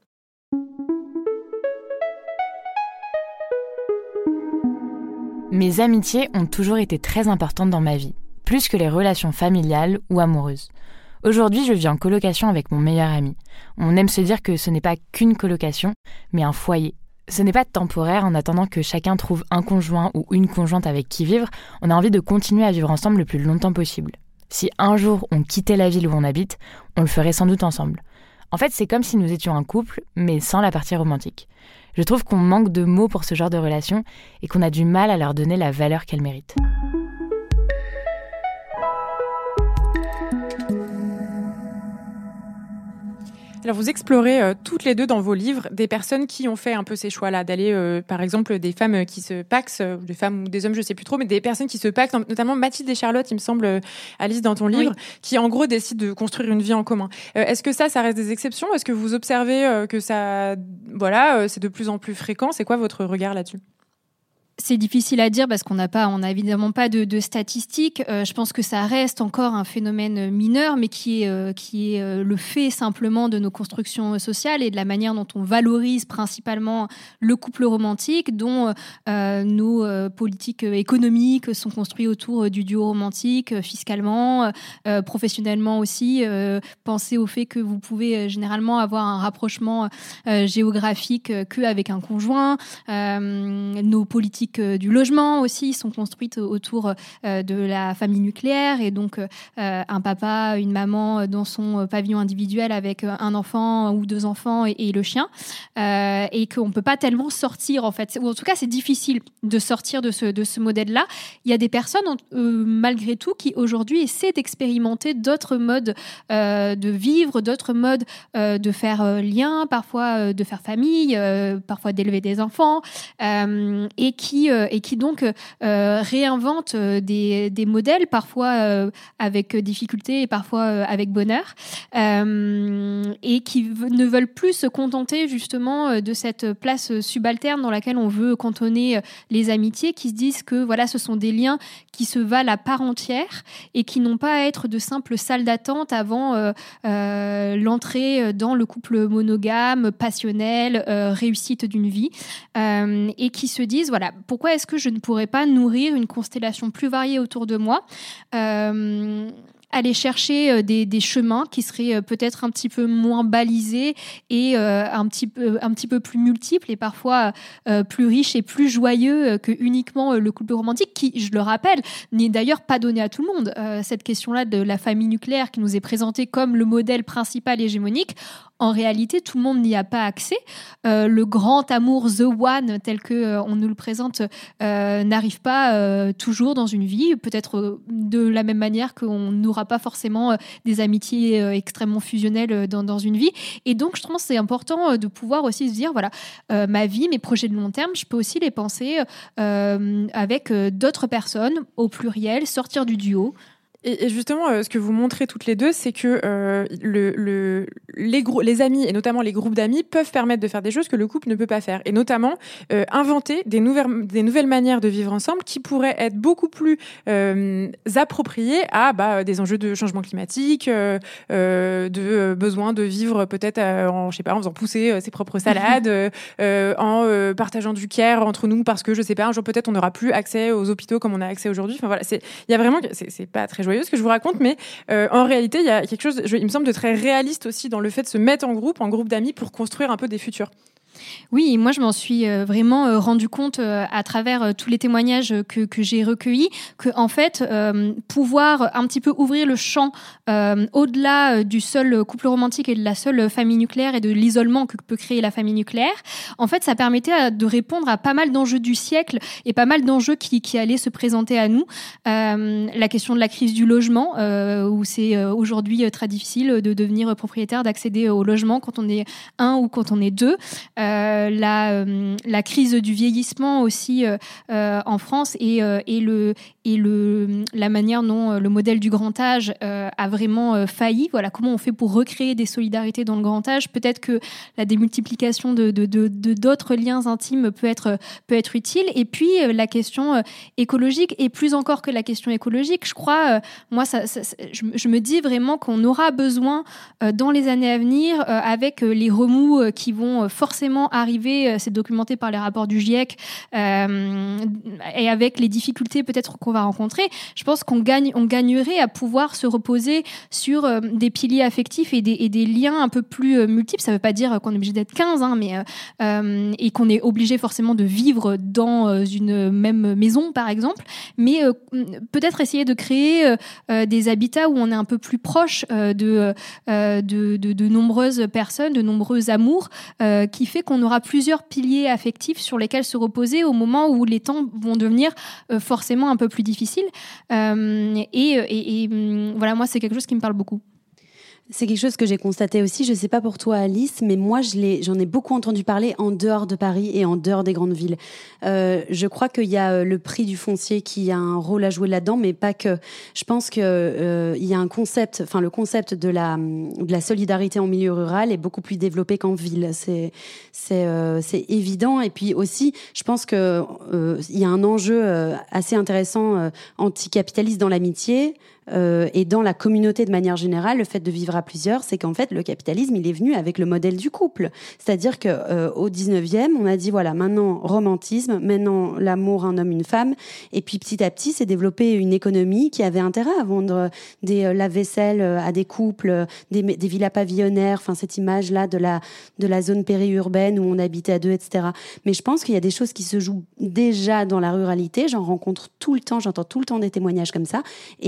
Mes amitiés ont toujours été très importantes dans ma vie, plus que les relations familiales ou amoureuses. Aujourd'hui, je vis en colocation avec mon meilleur ami. On aime se dire que ce n'est pas qu'une colocation, mais un foyer. Ce n'est pas temporaire en attendant que chacun trouve un conjoint ou une conjointe avec qui vivre. On a envie de continuer à vivre ensemble le plus longtemps possible. Si un jour on quittait la ville où on habite, on le ferait sans doute ensemble. En fait, c'est comme si nous étions un couple, mais sans la partie romantique. Je trouve qu'on manque de mots pour ce genre de relation et qu'on a du mal à leur donner la valeur qu'elles méritent. Alors, vous explorez euh, toutes les deux dans vos livres des personnes qui ont fait un peu ces choix-là, d'aller, euh, par exemple, des femmes qui se paxent, euh, des femmes ou des hommes, je sais plus trop, mais des personnes qui se paxent, notamment Mathilde et Charlotte, il me semble, euh, Alice, dans ton livre, oui. Qui, en gros, décident de construire une vie en commun. Euh, est-ce que ça, ça reste des exceptions ? Est-ce que vous observez euh, que ça, voilà, euh, c'est de plus en plus fréquent ? C'est quoi votre regard là-dessus ? C'est difficile à dire parce qu'on n'a pas, on n'a évidemment pas de, de statistiques. Euh, je pense que ça reste encore un phénomène mineur, mais qui est, euh, qui est euh, le fait simplement de nos constructions sociales et de la manière dont on valorise principalement le couple romantique, dont euh, nos euh, politiques économiques sont construites autour du duo romantique, euh, fiscalement, euh, professionnellement aussi. Euh, pensez au fait que vous pouvez euh, généralement avoir un rapprochement euh, géographique euh, qu'avec un conjoint. Euh, nos politiques du logement aussi sont construites autour euh, de la famille nucléaire et donc euh, un papa, une maman dans son pavillon individuel avec un enfant ou deux enfants et, et le chien euh, et qu'on ne peut pas tellement sortir en fait, ou en tout cas c'est difficile de sortir de ce, de ce modèle-là. Il y a des personnes euh, malgré tout qui aujourd'hui essaient d'expérimenter d'autres modes euh, de vivre, d'autres modes euh, de faire euh, lien, parfois euh, de faire famille, euh, parfois d'élever des enfants euh, et qui qui, euh, et qui donc euh, réinventent des, des modèles, parfois euh, avec difficulté et parfois euh, avec bonheur, euh, et qui v- ne veulent plus se contenter justement de cette place subalterne dans laquelle on veut cantonner les amitiés, qui se disent que voilà, ce sont des liens qui se valent à part entière et qui n'ont pas à être de simples salles d'attente avant euh, euh, l'entrée dans le couple monogame, passionnel, euh, réussite d'une vie, euh, et qui se disent voilà, pourquoi est-ce que je ne pourrais pas nourrir une constellation plus variée autour de moi, euh, aller chercher des, des chemins qui seraient peut-être un petit peu moins balisés et euh, un, petit peu, un petit peu plus multiples et parfois euh, plus riches et plus joyeux que uniquement le couple romantique qui, je le rappelle, n'est d'ailleurs pas donné à tout le monde. Euh, cette question-là de la famille nucléaire qui nous est présentée comme le modèle principal hégémonique, en réalité, tout le monde n'y a pas accès. Euh, le grand amour, the one, tel que euh, on nous le présente, euh, n'arrive pas euh, toujours dans une vie. Peut-être euh, de la même manière qu'on n'aura pas forcément euh, des amitiés euh, extrêmement fusionnelles euh, dans, dans une vie. Et donc, je trouve que c'est important euh, de pouvoir aussi se dire, voilà, euh, ma vie, mes projets de long terme, je peux aussi les penser euh, avec euh, d'autres personnes, au pluriel, sortir du duo. Et, et justement, euh, ce que vous montrez toutes les deux, c'est que euh, le, le, les, gro- les amis, et notamment les groupes d'amis, peuvent permettre de faire des choses que le couple ne peut pas faire. Et notamment, euh, inventer des nouvelles, des nouvelles manières de vivre ensemble qui pourraient être beaucoup plus euh, appropriées à bah, des enjeux de changement climatique, euh, euh, de euh, besoin de vivre peut-être euh, en, je sais pas, en faisant pousser euh, ses propres salades, euh, euh, en euh, partageant du care entre nous parce que, je sais pas, un jour peut-être on n'aura plus accès aux hôpitaux comme on a accès aujourd'hui. Enfin voilà, c'est, il y a vraiment, c'est, c'est pas très joyeux ce que je vous raconte, mais euh, en réalité, il y a quelque chose, je, il me semble, de très réaliste aussi dans le fait de se mettre en groupe, en groupe d'amis, pour construire un peu des futurs. Oui, moi je m'en suis euh, vraiment euh, rendu compte euh, à travers euh, tous les témoignages que, que j'ai recueillis, que en fait, euh, pouvoir un petit peu ouvrir le champ euh, au-delà euh, du seul couple romantique et de la seule famille nucléaire et de l'isolement que peut créer la famille nucléaire, en fait, ça permettait à, de répondre à pas mal d'enjeux du siècle et pas mal d'enjeux qui, qui allaient se présenter à nous. Euh, la question de la crise du logement, euh, où c'est euh, aujourd'hui euh, très difficile de devenir propriétaire, d'accéder au logement quand on est un ou quand on est deux. Euh, la, euh, la crise du vieillissement aussi euh, euh, en France et, euh, et, le, et le, la manière dont euh, le modèle du grand âge euh, a vraiment euh, failli. Voilà, comment on fait pour recréer des solidarités dans le grand âge. Peut-être que la démultiplication de, de, de, de, d'autres liens intimes peut être, peut être utile. Et puis euh, la question euh, écologique, et plus encore que la question écologique, je crois, euh, moi, ça, ça, ça, je, je me dis vraiment qu'on aura besoin euh, dans les années à venir, euh, avec euh, les remous euh, qui vont euh, forcément arriver, c'est documenté par les rapports du GIEC, euh, et avec les difficultés peut-être qu'on va rencontrer, je pense qu'on gagne, on gagnerait à pouvoir se reposer sur euh, des piliers affectifs et des, et des liens un peu plus euh, multiples. Ça ne veut pas dire qu'on est obligé d'être quinze, hein, mais, euh, et qu'on est obligé forcément de vivre dans euh, une même maison, par exemple, mais euh, peut-être essayer de créer euh, des habitats où on est un peu plus proche euh, de, euh, de, de, de nombreuses personnes, de nombreux amours, euh, qui fait qu'on aura plusieurs piliers affectifs sur lesquels se reposer au moment où les temps vont devenir euh, forcément un peu plus difficiles. Euh, et, et, et voilà, moi, c'est quelque chose qui me parle beaucoup. C'est quelque chose que j'ai constaté aussi, je ne sais pas pour toi Alice, mais moi je l'ai, j'en ai beaucoup entendu parler en dehors de Paris et en dehors des grandes villes. Euh, je crois qu'il y a le prix du foncier qui a un rôle à jouer là-dedans, mais pas que. Je pense qu'il euh, y a un concept, enfin le concept de la, de la solidarité en milieu rural est beaucoup plus développé qu'en ville. C'est, c'est, euh, c'est évident. Et puis aussi, je pense qu'il euh, y a un enjeu euh, assez intéressant euh, anticapitaliste dans l'amitié. Euh, et dans la communauté de manière générale, le fait de vivre à plusieurs, c'est qu'en fait, le capitalisme, il est venu avec le modèle du couple. C'est-à-dire qu'au euh, dix-neuvième, on a dit, voilà, maintenant, romantisme, maintenant, l'amour, un homme, une femme. Et puis, petit à petit, s'est développée une économie qui avait intérêt à vendre des euh, lave-vaisselle à des couples, des, des villas pavillonnaires, enfin, cette image-là de la, de la zone périurbaine où on habitait à deux, et cetera. Mais je pense qu'il y a des choses qui se jouent déjà dans la ruralité. J'en rencontre tout le temps, j'entends tout le temps des témoignages comme ça. Et euh, en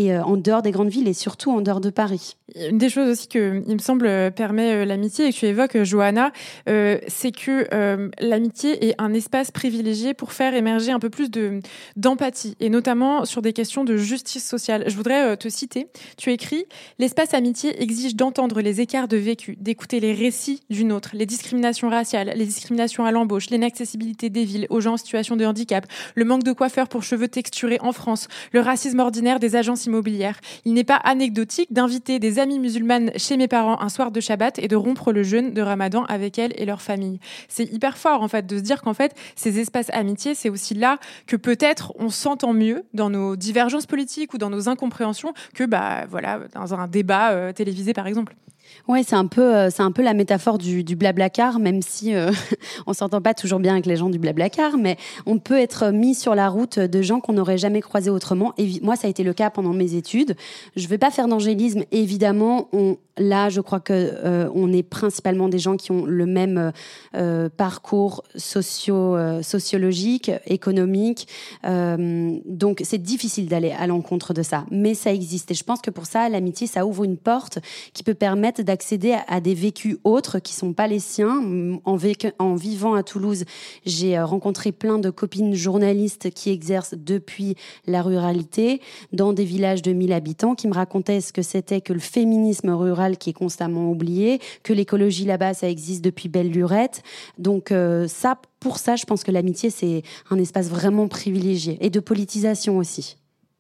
dehors des grandes villes et surtout en dehors de Paris. Une des choses aussi que, il me semble, permet l'amitié et que tu évoques, Johanna, euh, c'est que euh, l'amitié est un espace privilégié pour faire émerger un peu plus de, d'empathie, et notamment sur des questions de justice sociale. Je voudrais euh, te citer. Tu écris « L'espace amitié exige d'entendre les écarts de vécu, d'écouter les récits d'une autre, les discriminations raciales, les discriminations à l'embauche, l'inaccessibilité des villes aux gens en situation de handicap, le manque de coiffeurs pour cheveux texturés en France, le racisme ordinaire des agences immobilières. Il n'est pas anecdotique d'inviter des amies musulmanes chez mes parents un soir de Shabbat et de rompre le jeûne de Ramadan avec elles et leur famille. » C'est hyper fort, en fait, de se dire qu'en fait, ces espaces amitiés, c'est aussi là que peut-être on s'entend mieux dans nos divergences politiques ou dans nos incompréhensions que, bah, voilà, dans un débat euh, télévisé, par exemple. Ouais, c'est un peu, euh, c'est un peu la métaphore du, du blablacar, même si euh, on s'entend pas toujours bien avec les gens du blablacar, mais on peut être mis sur la route de gens qu'on n'aurait jamais croisés autrement. Et moi, ça a été le cas pendant mes études. Je vais pas faire d'angélisme, évidemment. On, là, je crois que euh, on est principalement des gens qui ont le même euh, parcours socio, euh, sociologique, économique. Euh, donc, c'est difficile d'aller à l'encontre de ça, mais ça existe. Et je pense que pour ça, l'amitié, ça ouvre une porte qui peut permettre d'accéder à des vécus autres qui sont pas les siens. En, vécu, en vivant à Toulouse, j'ai rencontré plein de copines journalistes qui exercent depuis la ruralité dans des villages de mille habitants qui me racontaient ce que c'était que le féminisme rural qui est constamment oublié, que l'écologie là-bas, ça existe depuis belle lurette. Donc euh, ça, pour ça, je pense que l'amitié, c'est un espace vraiment privilégié et de politisation aussi.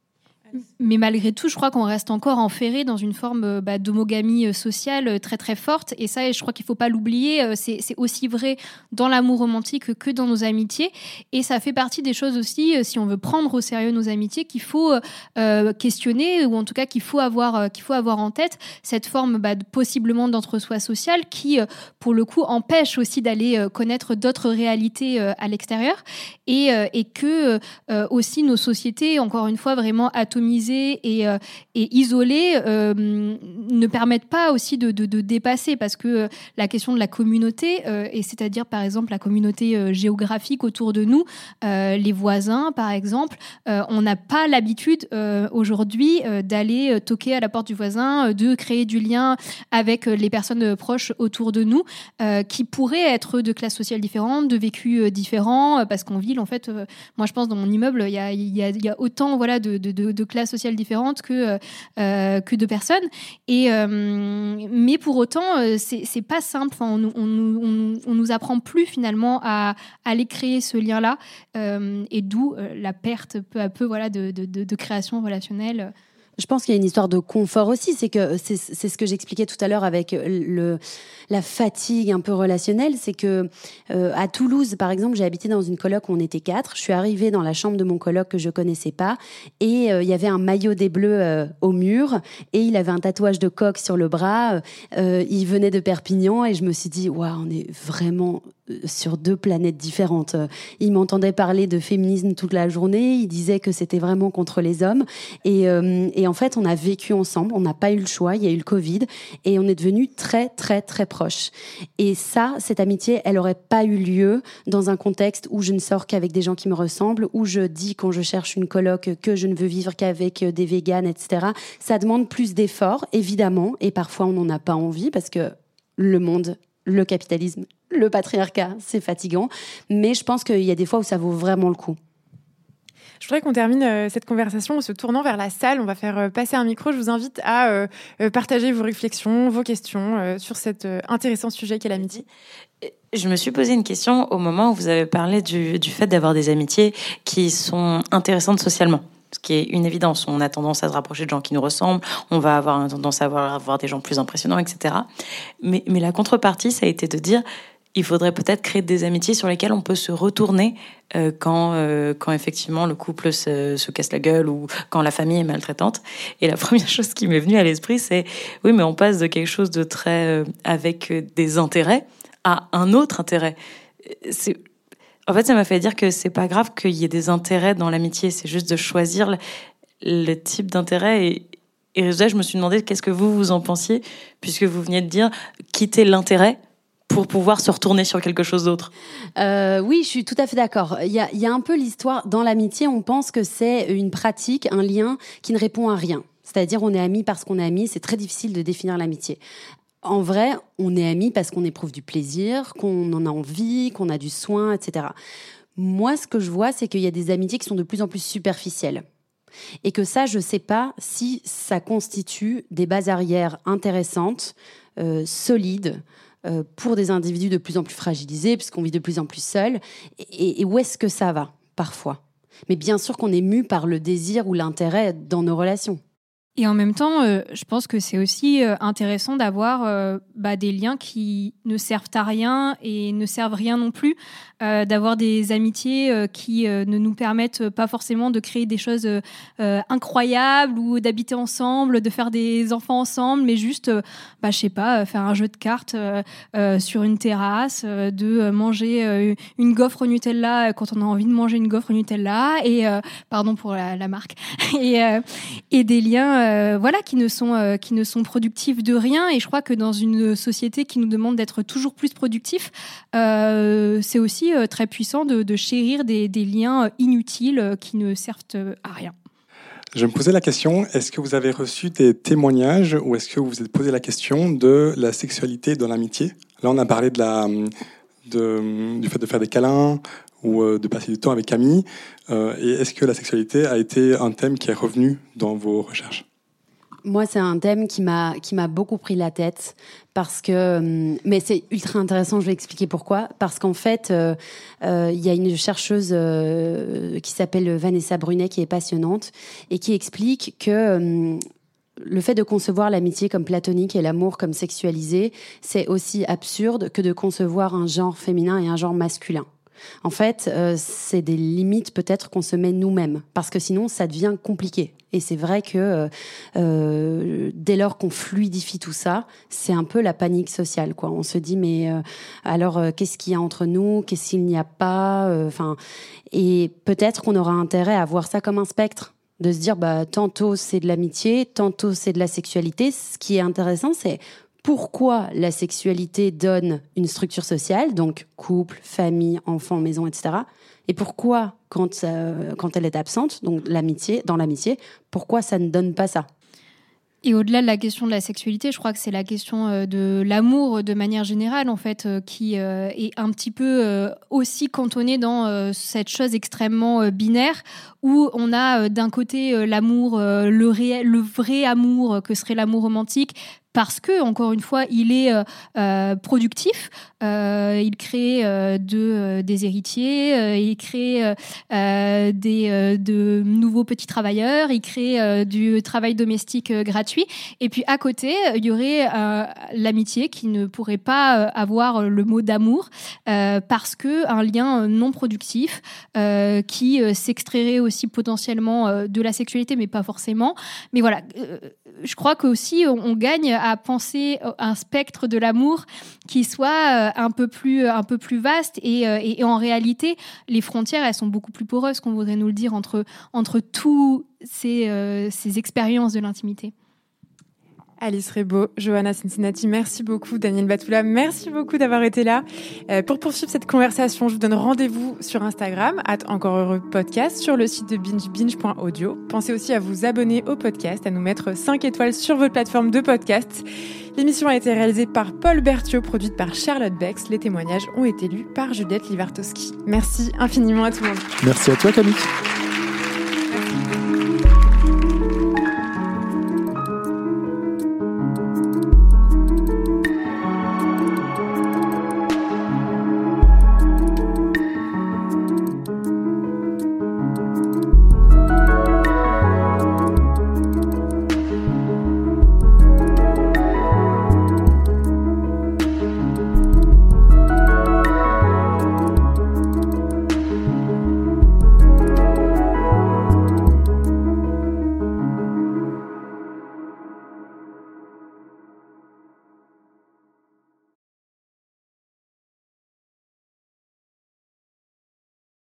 Mais malgré tout, je crois qu'on reste encore enferré dans une forme bah, d'homogamie sociale très très forte. Et ça, je crois qu'il ne faut pas l'oublier. C'est, c'est aussi vrai dans l'amour romantique que dans nos amitiés. Et ça fait partie des choses aussi, si on veut prendre au sérieux nos amitiés, qu'il faut euh, questionner, ou en tout cas qu'il faut avoir, qu'il faut avoir en tête cette forme bah, de, possiblement d'entre-soi social qui, pour le coup, empêche aussi d'aller connaître d'autres réalités à l'extérieur. Et, et que euh, aussi nos sociétés, encore une fois, vraiment atomisées et, euh, et isolés euh, ne permettent pas aussi de, de, de dépasser, parce que euh, la question de la communauté, euh, et c'est-à-dire par exemple la communauté euh, géographique autour de nous, euh, les voisins par exemple, euh, on n'a pas l'habitude euh, aujourd'hui euh, d'aller toquer à la porte du voisin, euh, de créer du lien avec euh, les personnes proches autour de nous, euh, qui pourraient être de classes sociales différentes, de vécus euh, différents, euh, parce qu'en ville en fait, euh, moi je pense dans mon immeuble, il y a, y a, y a autant voilà, de, de, de, de classes sociales différentes que, euh, que de personnes. Et, euh, mais pour autant, c'est, c'est pas simple. Enfin, on, on, on, on nous apprend plus finalement à, à aller créer ce lien-là. Euh, et d'où euh, la perte peu à peu voilà, de, de, de, de création relationnelle. Je pense qu'il y a une histoire de confort aussi, c'est que c'est, c'est ce que j'expliquais tout à l'heure avec le, la fatigue un peu relationnelle, c'est que euh, à Toulouse, par exemple, j'ai habité dans une coloc où on était quatre. Je suis arrivée dans la chambre de mon coloc que je connaissais pas, et il euh, y avait un maillot des Bleus euh, au mur, et il avait un tatouage de coq sur le bras. Euh, il venait de Perpignan, et je me suis dit, waouh, on est vraiment sur deux planètes différentes. Il m'entendait parler de féminisme toute la journée, il disait que c'était vraiment contre les hommes, et, euh, et en fait on a vécu ensemble, on n'a pas eu le choix, il y a eu le Covid, et on est devenus très très très proches. Et ça, cette amitié, elle aurait pas eu lieu dans un contexte où je ne sors qu'avec des gens qui me ressemblent, où je dis quand je cherche une coloc que je ne veux vivre qu'avec des véganes, et cetera. Ça demande plus d'efforts, évidemment, et parfois on n'en a pas envie, parce que le monde, le capitalisme, le patriarcat, c'est fatigant. Mais je pense qu'il y a des fois où ça vaut vraiment le coup. Je voudrais qu'on termine euh, cette conversation en se tournant vers la salle. On va faire euh, passer un micro. Je vous invite à euh, euh, partager vos réflexions, vos questions euh, sur cet euh, intéressant sujet qu'est l'amitié. Je me suis posé une question au moment où vous avez parlé du, du fait d'avoir des amitiés qui sont intéressantes socialement. Ce qui est une évidence. On a tendance à se rapprocher de gens qui nous ressemblent, on va avoir tendance à avoir, avoir des gens plus impressionnants, et cetera. Mais, mais la contrepartie, ça a été de dire il faudrait peut-être créer des amitiés sur lesquelles on peut se retourner euh, quand, euh, quand effectivement le couple se, se casse la gueule ou quand la famille est maltraitante. Et la première chose qui m'est venue à l'esprit, c'est oui, mais on passe de quelque chose de très euh, avec des intérêts à un autre intérêt. C'est En fait, ça m'a fait dire que c'est pas grave qu'il y ait des intérêts dans l'amitié, c'est juste de choisir le, le type d'intérêt. Et, et là, je me suis demandé qu'est-ce que vous, vous en pensiez, puisque vous veniez de dire quitter l'intérêt pour pouvoir se retourner sur quelque chose d'autre. Euh, oui, je suis tout à fait d'accord. Il y a, il y a un peu l'histoire, dans l'amitié, on pense que c'est une pratique, un lien qui ne répond à rien. C'est-à-dire, on est amis parce qu'on est amis. C'est très difficile de définir l'amitié. En vrai, on est amis parce qu'on éprouve du plaisir, qu'on en a envie, qu'on a du soin, et cetera. Moi, ce que je vois, c'est qu'il y a des amitiés qui sont de plus en plus superficielles. Et que ça, je ne sais pas si ça constitue des bases arrières intéressantes, euh, solides, euh, pour des individus de plus en plus fragilisés, puisqu'on vit de plus en plus seuls. Et, et où est-ce que ça va, parfois ? Mais bien sûr qu'on est mu par le désir ou l'intérêt dans nos relations. Et en même temps, euh, je pense que c'est aussi euh, intéressant d'avoir euh, bah, des liens qui ne servent à rien et ne servent rien non plus, euh, d'avoir des amitiés euh, qui euh, ne nous permettent pas forcément de créer des choses euh, euh, incroyables ou d'habiter ensemble, de faire des enfants ensemble, mais juste, euh, bah, je sais pas, faire un jeu de cartes euh, euh, sur une terrasse, euh, de manger euh, une gaufre au Nutella quand on a envie de manger une gaufre au Nutella, et euh, pardon pour la, la marque, et, euh, et des liens Euh, voilà, qui ne sont, euh, qui ne sont productifs de rien. Et je crois que dans une société qui nous demande d'être toujours plus productifs, euh, c'est aussi euh, très puissant de, de chérir des, des liens inutiles euh, qui ne servent à rien. Je me posais la question, est-ce que vous avez reçu des témoignages ou est-ce que vous vous êtes posé la question de la sexualité dans l'amitié ? Là, on a parlé de la, de, du fait de faire des câlins ou de passer du temps avec Camille. Euh, et est-ce que la sexualité a été un thème qui est revenu dans vos recherches ? Moi, c'est un thème qui m'a, qui m'a beaucoup pris la tête parce que, mais c'est ultra intéressant, je vais expliquer pourquoi. Parce qu'en fait, il euh, euh, y a une chercheuse euh, qui s'appelle Vanessa Brunet qui est passionnante et qui explique que euh, le fait de concevoir l'amitié comme platonique et l'amour comme sexualisé, c'est aussi absurde que de concevoir un genre féminin et un genre masculin. En fait, euh, c'est des limites peut-être qu'on se met nous-mêmes, parce que sinon, ça devient compliqué. Et c'est vrai que euh, dès lors qu'on fluidifie tout ça, c'est un peu la panique sociale, quoi. On se dit, mais euh, alors, euh, qu'est-ce qu'il y a entre nous ? Qu'est-ce qu'il n'y a pas ? Enfin, euh, et peut-être qu'on aura intérêt à voir ça comme un spectre, de se dire, bah, tantôt c'est de l'amitié, tantôt c'est de la sexualité. Ce qui est intéressant, c'est pourquoi la sexualité donne une structure sociale, donc couple, famille, enfants, maison, et cetera. Et pourquoi, quand, euh, quand elle est absente, donc l'amitié, dans l'amitié, pourquoi ça ne donne pas ça ? Et au-delà de la question de la sexualité, je crois que c'est la question de l'amour de manière générale, en fait, qui est un petit peu aussi cantonnée dans cette chose extrêmement binaire, où on a d'un côté l'amour, le réel, le vrai amour que serait l'amour romantique, parce que, encore une fois, il est euh, productif, euh, il crée euh, de, euh, des héritiers, euh, il crée euh, des, euh, de nouveaux petits travailleurs, il crée euh, du travail domestique euh, gratuit. Et puis, à côté, il y aurait euh, l'amitié qui ne pourrait pas euh, avoir le mot d'amour, euh, parce qu'un lien non productif euh, qui euh, s'extrairait aussi potentiellement euh, de la sexualité, mais pas forcément. Mais voilà, euh, je crois qu'aussi, on, on gagne à penser un spectre de l'amour qui soit un peu plus, un peu plus vaste et, et, et en réalité, les frontières, elles sont beaucoup plus poreuses qu'on voudrait nous le dire entre, entre tous ces, euh, ces expériences de l'intimité. Alice Rebaud, Johanna Cincinnati, merci beaucoup. Daniel Batoula, merci beaucoup d'avoir été là. Euh, pour poursuivre cette conversation, je vous donne rendez-vous sur Instagram, at encore heureux podcast, sur le site de binge, binge point audio. Pensez aussi à vous abonner au podcast, à nous mettre cinq étoiles sur votre plateforme de podcast. L'émission a été réalisée par Paul Berthiaud, produite par Charlotte Bex. Les témoignages ont été lus par Juliette Livartowski. Merci infiniment à tout le monde. Merci à toi, Camille.